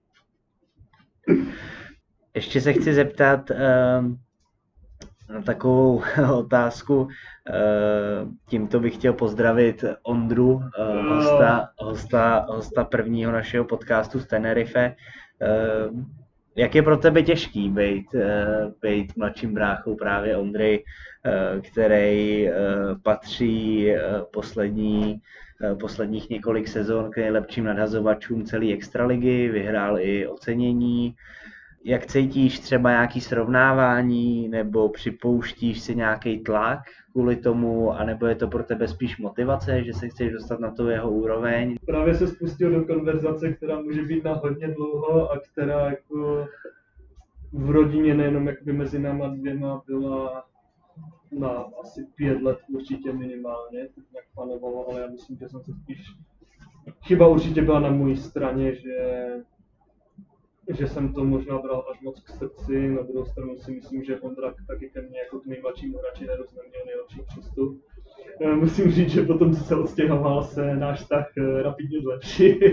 Ještě se chci zeptat uh, na takovou otázku. Uh, tímto bych chtěl pozdravit Ondru, uh, hosta, hosta, hosta prvního našeho podcastu z Tenerife. Uh, Jak je pro tebe těžký být, být mladším bráchou právě Ondry, který patří poslední, posledních několik sezon k nejlepším nadhazovačům celé extraligy, vyhrál i ocenění. Jak cítíš třeba nějaké srovnávání nebo připouštíš si nějaký tlak kvůli tomu, anebo je to pro tebe spíš motivace, že se chceš dostat na tu jeho úroveň? Právě se spustil do konverzace, která může být na hodně dlouho a která jako v rodině nejenom jakoby mezi náma dvěma byla na asi pět let určitě minimálně, jak panovalo, ale já myslím, že jsem se spíš... Chyba určitě byla na mojí straně, že že jsem to možná bral až moc k srdci, na druhou stranu si myslím, že Ondra taky ke mně jako k nejmladšímu hráči neroz neměl nejlepší přístup. Musím říct, že potom, co se odstěhoval, se náš vztah rapidně zlepšil.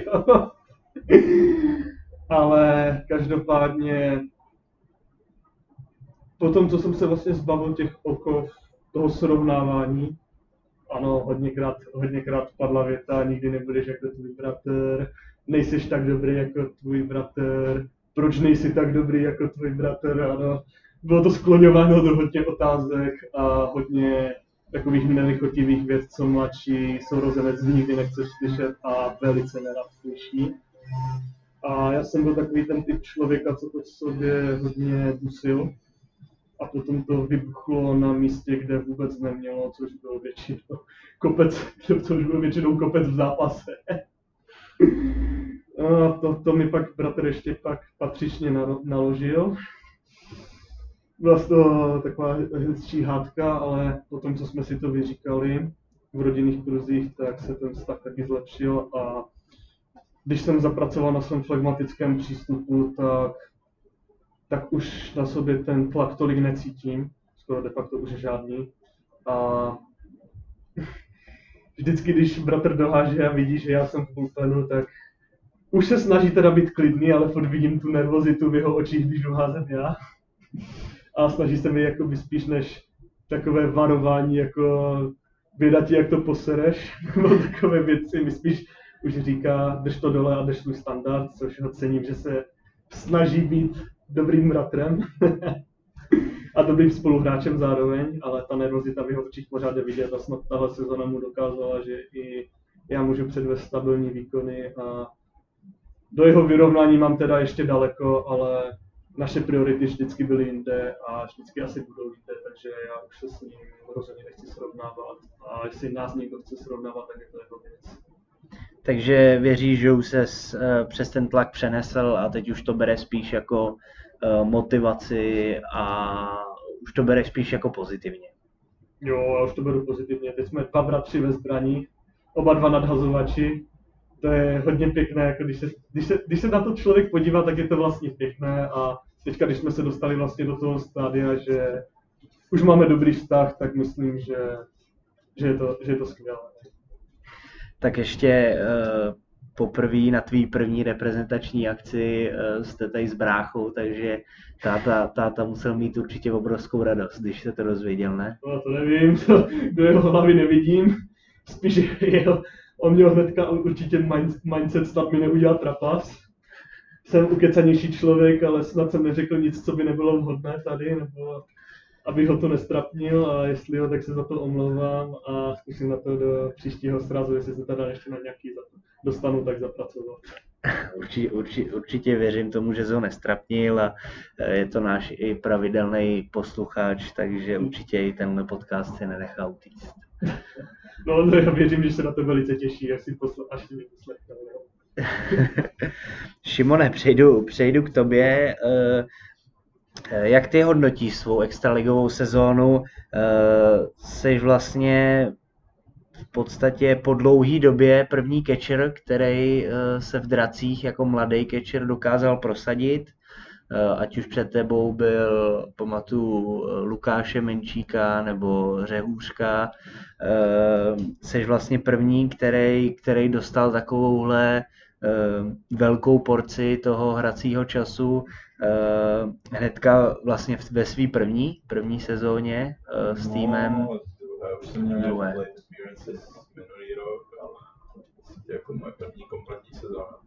Ale každopádně potom, co jsem se vlastně zbavil těch okov toho srovnávání, ano, hodněkrát, hodněkrát padla věta, nikdy nebudeš jako tvůj bratr, nejseš tak dobrý jako tvůj bratr, proč nejsi tak dobrý jako tvůj bratr, ano. Bylo to skloňováno do hodně otázek a hodně takových nelichotivých věcí, co mladší sourozenec nikdy nechce slyšet a velice nerad slyší. A já jsem byl takový ten typ člověka, co to v sobě hodně dusil. a potom to vybuchlo na místě, kde vůbec nemělo, což byl většinou kopec, což byl většinou kopec v zápase. A to, to mi pak bratr ještě pak patřičně naložil. Byla to taková hezčí hádka, ale potom, co jsme si to vyříkali v rodinných kruzích, tak se ten vztah taky zlepšil a když jsem zapracoval na svém flegmatickém přístupu, tak, tak už na sobě ten tlak tolik necítím, skoro de facto už žádný. A vždycky, když bratr doháže a vidí, že já jsem v bullpenu, tak už se snaží teda být klidný, ale furt vidím tu nervozitu v jeho očích, když doházím já. A snaží se mi jakoby spíš než takové varování, jako běda ti, jak to posereš, nebo takové věci, mi spíš už říká, drž to dole a drž svůj standard, což ho cením, že se snaží být dobrým bratrem a dobrým spoluhráčem zároveň, ale ta nervozita v jeho očích pořád je vidět a snad tahle sezona mu dokázala, že i já můžu předvést stabilní výkony a do jeho vyrovnání mám teda ještě daleko, ale naše priority vždycky byly jinde a vždycky asi budou jinde, takže já už se s ním rozhodně nechci srovnávat a jestli nás někdo chce srovnávat, tak je to jeho věc. Takže věříš, že už ses uh, přes ten tlak přenesl a teď už to bere spíš jako uh, motivaci a už to bere spíš jako pozitivně? Jo, já už to beru pozitivně. Teď jsme dva bratři ve zbraní, oba dva nadhazovači. To je hodně pěkné, jako když se, když, se, když se na to člověk podívá, tak je to vlastně pěkné a teďka, když jsme se dostali vlastně do toho stádia, že už máme dobrý vztah, tak myslím, že, že, je, to, že je to skvělé. Tak ještě uh, poprvé na tvý první reprezentační akci uh, jste tady s bráchou, takže táta, táta musel mít určitě obrovskou radost, když se to dozvěděl, ne? No to nevím, to do jeho hlavy nevidím, spíš jeho, on měl hnedka určitě mind, mindset, snad mi neudělá trapas. Jsem ukecanější člověk, ale snad jsem neřekl nic, co by nebylo vhodné tady, nebo abych ho to nestrapnil a jestli jo, tak se za to omlouvám a zkusím na to do příštího srazu, jestli se teda ještě na nějaký dostanu, tak zapracovat. Určitě, určitě, určitě věřím tomu, že se ho nestrapnil a je to náš i pravidelný posluchač, takže určitě i tenhle podcast se nenechá utíct. No, to já věřím, že se na to velice těší, až si, posl- až si mi poslechne. Šimone, přejdu, přejdu k tobě. Jak ty hodnotíš svou extraligovou sezónu? Jsi vlastně v podstatě po dlouhé době první catcher, který se v dracích jako mladý catcher dokázal prosadit. Ať už před tebou byl, pamatuju, Lukáše Menčíka nebo Řehůřka. Jsi vlastně první, který, který dostal takovouhle velkou porci toho hracího času hnedka vlastně ve své první, první sezóně s týmem. No, já už jsem měl nějaké play experiences minulý rok, ale to jako moje první kompletní sezóna.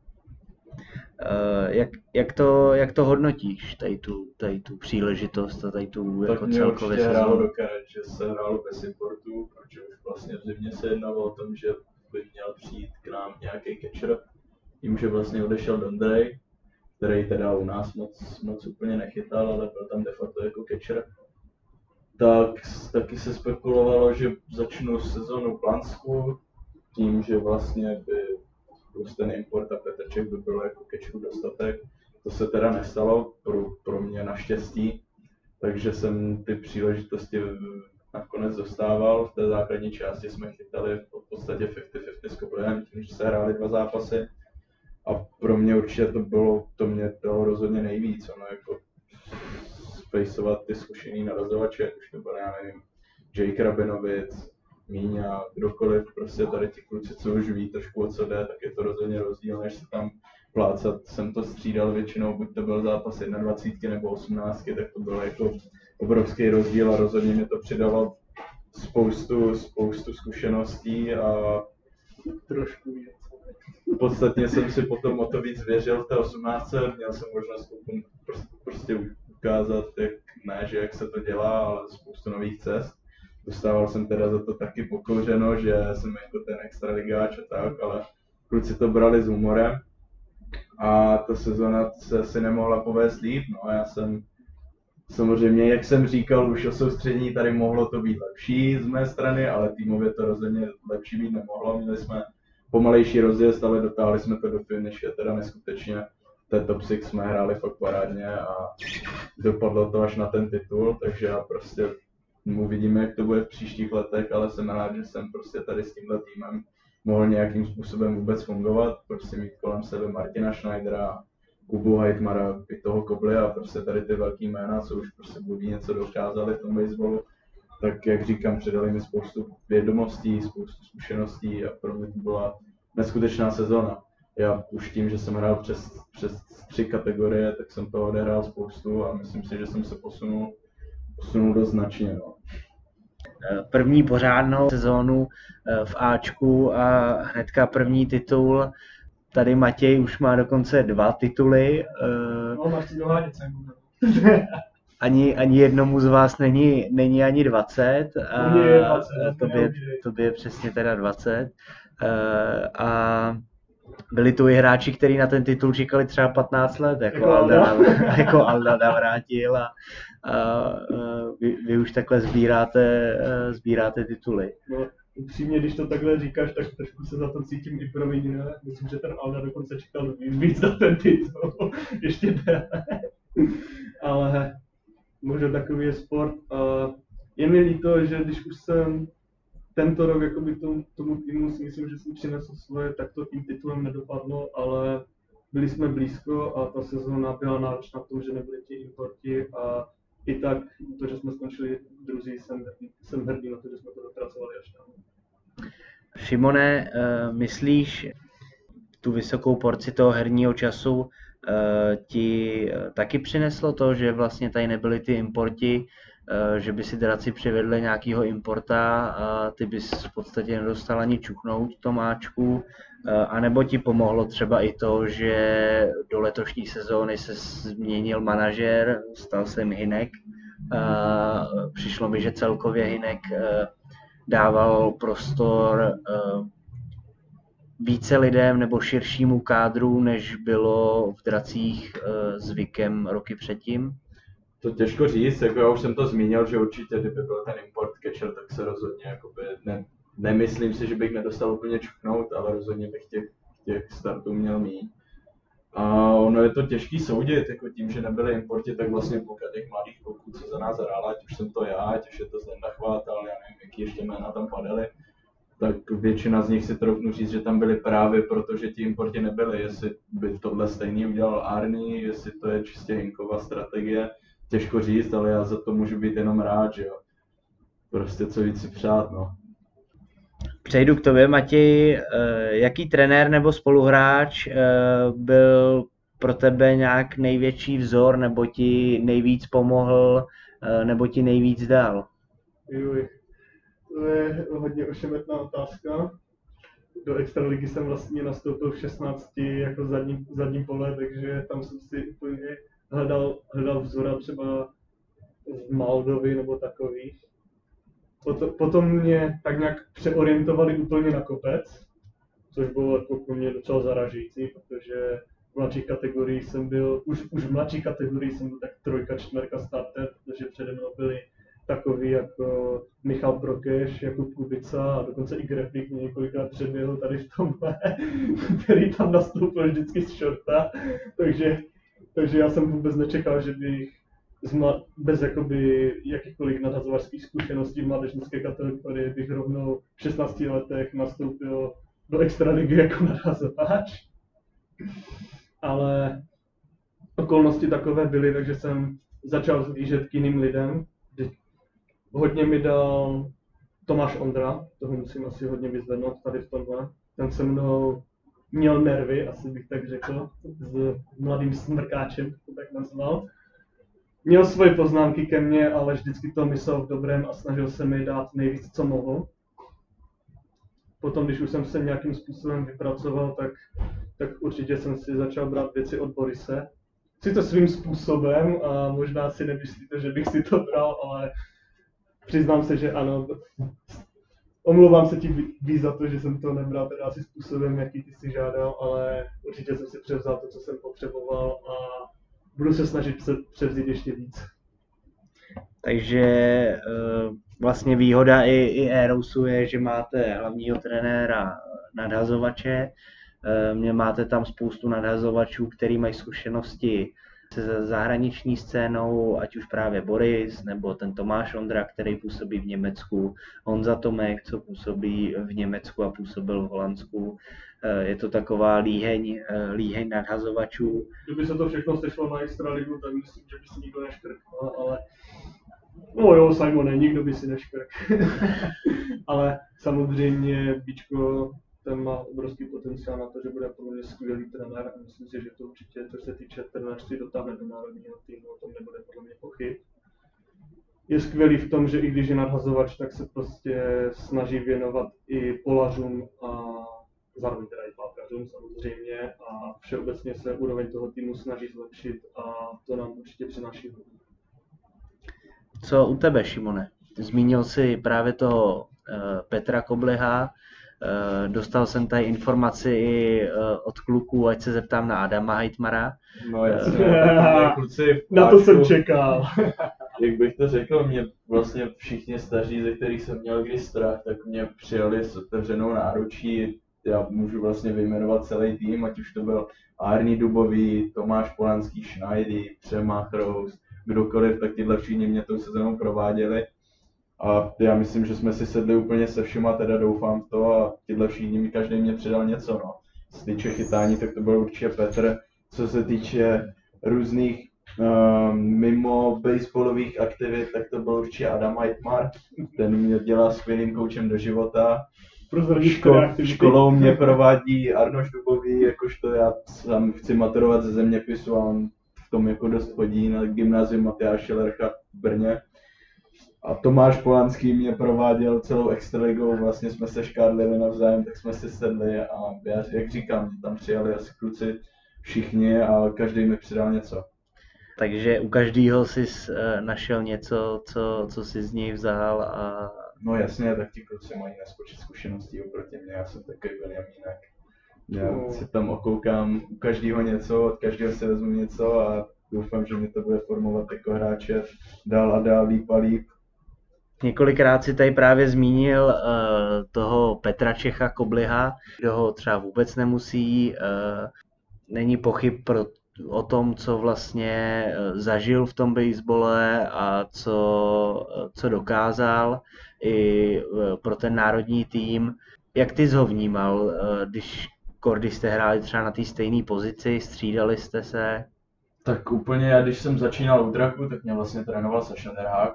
Uh, jak, jak, to, jak to hodnotíš, tady tu, tady tu příležitost a tady tu tak jako mě celkově určitě hrálo sezónu? do karet, že se hrálo bez importu, protože už vlastně v zimě se jednalo o tom, že by měl přijít k nám nějaký catcher. Tím, že vlastně odešel Dondrej, který teda u nás moc, moc úplně nechytal, ale byl tam de facto jako catcher. Tak taky se spekulovalo, že začnu sezónu v Plansku, tím, že vlastně by plus ten import a Petrček by bylo jako catcherů dostatek. To se teda nestalo pro, pro mě naštěstí, takže jsem ty příležitosti nakonec dostával. V té základní části jsme chytali v podstatě padesát na padesát s Koblem, tím, že se hráli dva zápasy. A pro mě určitě to bylo, to mě dalo rozhodně nejvíc, ono jako spejsovat ty zkušený narazovače, už to byl, já nevím, Jake Rabinovic, Míňa, kdokoliv, prostě tady ti kluci, co už ví trošku o co jde, tak je to rozhodně rozdíl, než se tam plácat. Jsem to střídal většinou, buď to byl zápas dvacet jedna nebo osmnáct, tak to byl jako obrovský rozdíl a rozhodně mě to přidalo spoustu, spoustu zkušeností a Trošku víc. podstatně jsem si potom o to víc věřil v té osmnáctce, měl jsem možnost prostě ukázat, jak, ne, že jak se to dělá, ale spoustu nových cest. Dostával jsem teda za to taky pokouřeno, že jsem jako ten extraligáč a tak, ale kluci to brali s humorem a ta sezona se si nemohla povést líp, no já jsem samozřejmě, jak jsem říkal, už o soustředění tady mohlo to být lepší z mé strany, ale týmově to rozhodně lepší být nemohlo. Měli jsme pomalejší rozjezd, ale dotáhli jsme to do finiše, teda neskutečně. V té top šest jsme hráli fakt parádně a dopadlo to až na ten titul, takže já prostě uvidíme, jak to bude v příštích letech, ale jsem rád, že jsem prostě tady s tímhle týmem mohl nějakým způsobem vůbec fungovat, prostě mít kolem sebe Martina Schneidera, Kubu Heitmara, i toho Kobly a prostě tady ty velký jména, co už prostě buď něco dokázali v tom baseballu, tak jak říkám, předali mi spoustu vědomostí, spoustu zkušeností a pro mě to byla neskutečná sezona. Já už tím, že jsem hrál přes, přes tři kategorie, tak jsem toho odehrál spoustu a myslím si, že jsem se posunul, posunul dost značně. No. První pořádnou sezónu v Ačku a hnedka první titul. Tady Matěj už má dokonce dva tituly. No, máš si dohánět sem. Ani, ani jednomu z vás není, není ani dvacet. A tobě, tobě je přesně teda dvacet. A byli tu i hráči, kteří na ten titul čekali třeba patnáct let, jako, jako Alda, jako Alda Navrátil a, a vy, vy už takhle sbíráte, sbíráte tituly. No, upřímně, když to takhle říkáš, tak trošku se za to cítím i provinně. Myslím, že ten Alda dokonce čekal víc na ten titul, ještě déle. Ale možná takový je sport. A je mi líto, že když už jsem tento rok jakoby tomu, tomu týmu si myslím, že jsem přinesl svoje, tak to tím titulem nedopadlo, ale byli jsme blízko a ta sezóna byla náročná v tom, že nebyly ti importi a i tak to, že jsme skončili druzí, jsem, jsem hrdý na to, že jsme to dopracovali až tam. Šimone, myslíš, tu vysokou porci toho herního času ti taky přineslo to, že vlastně tady nebyly ty importi, že by si draci přivedli nějakého importa a ty bys v podstatě nedostal ani čuchnout v tom Ačku, anebo ti pomohlo třeba i to, že do letošní sezóny se změnil manažer, stal se Hynek. Přišlo mi, že celkově Hynek dával prostor více lidem nebo širšímu kádru, než bylo v dracích zvykem roky předtím. To těžko říct, jako já už jsem to zmínil, že určitě kdyby byl ten import catcher, tak se rozhodně jakoby ne, nemyslím si, že bych nedostal úplně čuknout, ale rozhodně bych těch, těch startů měl mít. A ono je to těžký soudit, jako tím, že nebyly importi, tak vlastně půlka těch mladých kluků, co za nás hrála, ať už jsem to já, ať už je to Zdenda Chvátal, já nevím, jaký ještě jména tam padaly, tak většina z nich si troufnu říct, že tam byly právě proto, že ti importi nebyly. Jestli by tohle stejný udělal Arny, jestli to je čistě Hinkova strategie, těžko říct, ale já za to můžu být jenom rád, že jo. Prostě co víc si přát, no. Přejdu k tobě, Matěj. Jaký trenér nebo spoluhráč byl pro tebe nějak největší vzor, nebo ti nejvíc pomohl, nebo ti nejvíc dal? Juj, to je hodně ošemetná otázka. Do extraligy jsem vlastně nastoupil v šestnácti jako zadní, zadní pole, takže tam jsem si úplně hledal, hledal vzora třeba z Moldovy nebo takových. Potom, potom mě tak nějak přeorientovali úplně na kopec, což bylo pro mě docela zaražující, protože v mladších kategoriích jsem byl, už, už v mladších kategoriích jsem byl tak trojka, čtvrka starter, protože přede mnou byli takový jako Michal Prokeš, Jakub Kubica a dokonce i Greflík mě několikrát předběhl tady v tomhle, který tam nastoupil vždycky z shorta, takže, takže já jsem vůbec nečekal, že bych Zma, bez jakoby jakýchkoliv nadhazovačských zkušeností v mládežnické kategorii bych rovnou v šestnácti letech nastoupil do extraligy jako nadhazovač. Ale okolnosti takové byly, takže jsem začal zlížet k jiným lidem. Hodně mi dal Tomáš Ondra, toho musím asi hodně vyzvednout tady v tomhle. Ten se mnou měl nervy, asi bych tak řekl, s mladým smrkáčem, to tak nazval. Měl svoje poznámky ke mně, ale vždycky to myslel v dobrém a snažil se mi dát nejvíc, co mohl. Potom, když už jsem se nějakým způsobem vypracoval, tak, tak určitě jsem si začal brát věci od Borise. Sice svým způsobem a možná si nemyslíte, že bych si to bral, ale přiznám se, že ano. Omlouvám se ti víc za to, že jsem to nebral teda asi způsobem, jaký ty si žádal, ale určitě jsem si převzal to, co jsem potřeboval a budu se snažit převzít ještě víc. Takže vlastně výhoda i, i Aerousu je, že máte hlavního trenéra nadhazovače, mě máte tam spoustu nadhazovačů, který mají zkušenosti se zahraniční scénou, ať už právě Boris, nebo ten Tomáš Ondra, který působí v Německu, Honza Tomek, co působí v Německu a působil v Holandsku. Je to taková líheň, líheň nadhazovačů. Kdyby se to všechno sešlo na extraligu, tak myslím, že by si nikdo neškrkl, ale no jo, Simone, nikdo by si neškrkl. Ale samozřejmě Bíčko, ten má obrovský potenciál na to, že bude podle mě skvělý trenér a myslím si, že to určitě, co se týče trenérství, dotáhne do národního týmu, o tom nebude podle mě pochyb. Je skvělý v tom, že i když je nadhazovač, tak se prostě snaží věnovat i polařům a zároveň teda i pákařům samozřejmě a všeobecně se úroveň toho týmu snaží zlepšit a to nám určitě přináší hodně. Co u tebe, Šimone? Zmínil jsi právě toho Petra Kobliha. Dostal jsem tady informaci i od kluků, ať se zeptám na Adama Heitmara. No jasně, kluci, na to jsem čekal. Jak bych to řekl, mě vlastně všichni staří, ze kterých jsem měl kdy strach, tak mě přijali s otevřenou náručí. Já můžu vlastně vyjmenovat celý tým, ať už to byl Arní Dubový, Tomáš Polanský, Schneidy, Přemach, Rous, kdokoliv, tak tyhle všichni mě tou sezónou prováděli. A já myslím, že jsme si sedli úplně se všema, teda doufám v to a tyhle všichni mi každý mě předal něco, no. Co se týče chytání, tak to byl určitě Petr. Co se týče různých uh, mimo baseballových aktivit, tak to byl určitě Adam Heitmar. Ten mě dělá skvělým koučem do života. Ško, školou mě provádí Arnoš Dubový, jakožto já sám chci maturovat ze zeměpisu a on v tom jako dost chodí na gymnázium Matyáše Lercha v Brně. A Tomáš Polanský mě prováděl celou extraligou, vlastně jsme se škádlili navzájem, tak jsme si sedli a já, jak říkám, tam přijali asi kluci všichni a každý mi přidal něco. Takže u každého jsi našel něco, co, co jsi z něj vzal a... No jasně, tak ti kluci mají nespočet zkušeností oproti mě, já jsem takový Benjamínek. Já no. si tam okoukám u každého něco, od každého si vezmu něco a doufám, že mi to bude formovat jako hráče dál a dál, líp a líp. Několikrát si tady právě zmínil uh, toho Petra Čecha Kobliha, kdo ho třeba vůbec nemusí, uh, není pochyb pro, o tom, co vlastně uh, zažil v tom basebole a co, uh, co dokázal i uh, pro ten národní tým. Jak ty jsi ho vnímal, uh, když, když jste hráli třeba na té stejné pozici, střídali jste se? Tak úplně, já když jsem začínal u Draku, tak mě vlastně trénoval Saša Derhák,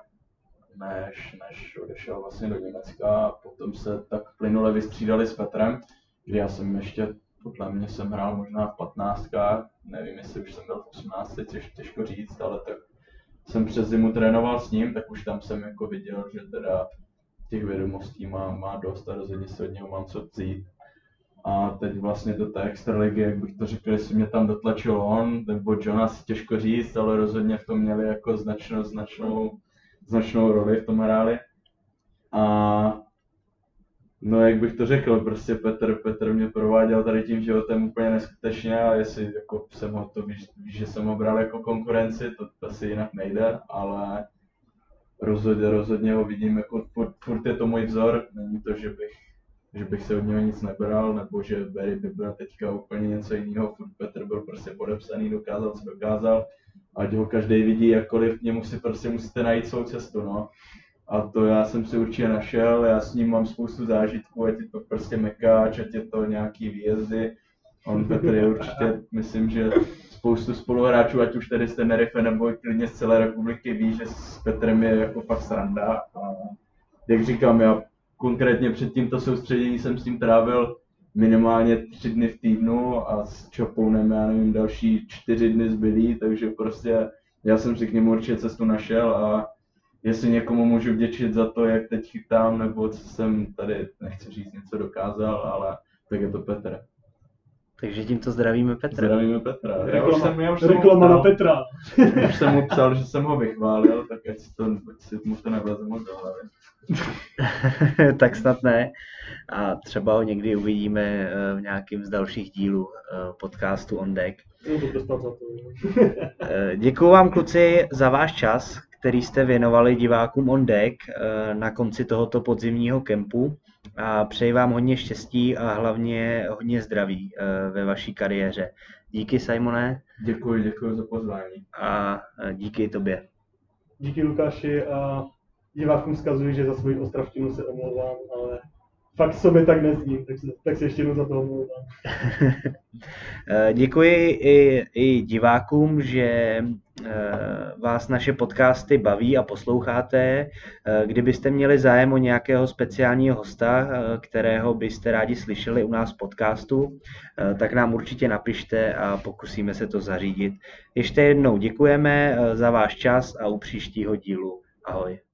než, než odešel vlastně do Německa a potom se tak plynule vystřídali s Petrem, kdy já jsem ještě, podle mě jsem hrál možná v patnáctkách, nevím jestli už jsem byl v osmnácti, těž, těžko říct, ale tak jsem přes zimu trénoval s ním, tak už tam jsem jako viděl, že teda těch vědomostí má, má dost a rozhodně se od něho mám co vzít. A teď vlastně do té extraligy, jak bych to řekl, jestli mě tam dotlačil on, nebo Jonas, těžko říct, ale rozhodně v tom měli jako značnou, značnou, značnou roli v tom hráli. A no jak bych to řekl, prostě Petr, Petr mě prováděl tady tím životem úplně neskutečně a jestli jako jsem ho, to víš, víš, že jsem ho bral jako konkurenci, to asi jinak nejde, ale rozhodně, rozhodně ho vidím jako, furt, furt je to můj vzor, není to, že bych že bych se od něho nic nebral, nebo že Barry by byl teďka úplně něco jiného, furt Petr byl prostě podepsaný, dokázal, co dokázal, ať ho každý vidí jakkoliv, němu si prostě musíte najít svou cestu, no. A to já jsem si určitě našel, já s ním mám spoustu zážitků, ať je to prostě mekáč, ať je to nějaký výjezdy. On Petr je určitě, myslím, že spoustu spoluhráčů, ať už tady z Tenerife nebo klidně z celé republiky ví, že s Petrem je jako fakt sranda. A jak říkám, já konkrétně před tímto soustředění jsem s tím trávil minimálně tři dny v týdnu a s Čopounem, já nevím, další čtyři dny zbylý, takže prostě já jsem si k němu určitě cestu našel a jestli někomu můžu vděčit za to, jak teď chytám, nebo co jsem tady, nechci říct, něco dokázal, ale tak je to Petr. Takže tímto zdravíme Petra. Zdravíme Petra. Já Reklama, už jsem, já už reklama na Petra. Už jsem mu psal, že jsem ho vychválil, tak ať si, to, ať si mu to nevleze moc do hlavy. Tak snad ne. A třeba ho někdy uvidíme v nějakém z dalších dílů podcastu On Deck. Děkuju vám, kluci, za váš čas, který jste věnovali divákům on deck na konci tohoto podzimního kempu a přeji vám hodně štěstí a hlavně hodně zdraví ve vaší kariéře. Díky, Simone. Děkuji, děkuji za pozvání. A díky tobě. Díky, Lukáši, a divákům vzkazuji, že za svoji ostravštinu se omlouvám, ale fakt sobě tak nezním, tak se, tak se ještě jednou za to omlouvám. Děkuji i, i divákům, že vás naše podcasty baví a posloucháte. Kdybyste měli zájem o nějakého speciálního hosta, kterého byste rádi slyšeli u nás v podcastu, tak nám určitě napište a pokusíme se to zařídit. Ještě jednou děkujeme za váš čas a u příštího dílu. Ahoj.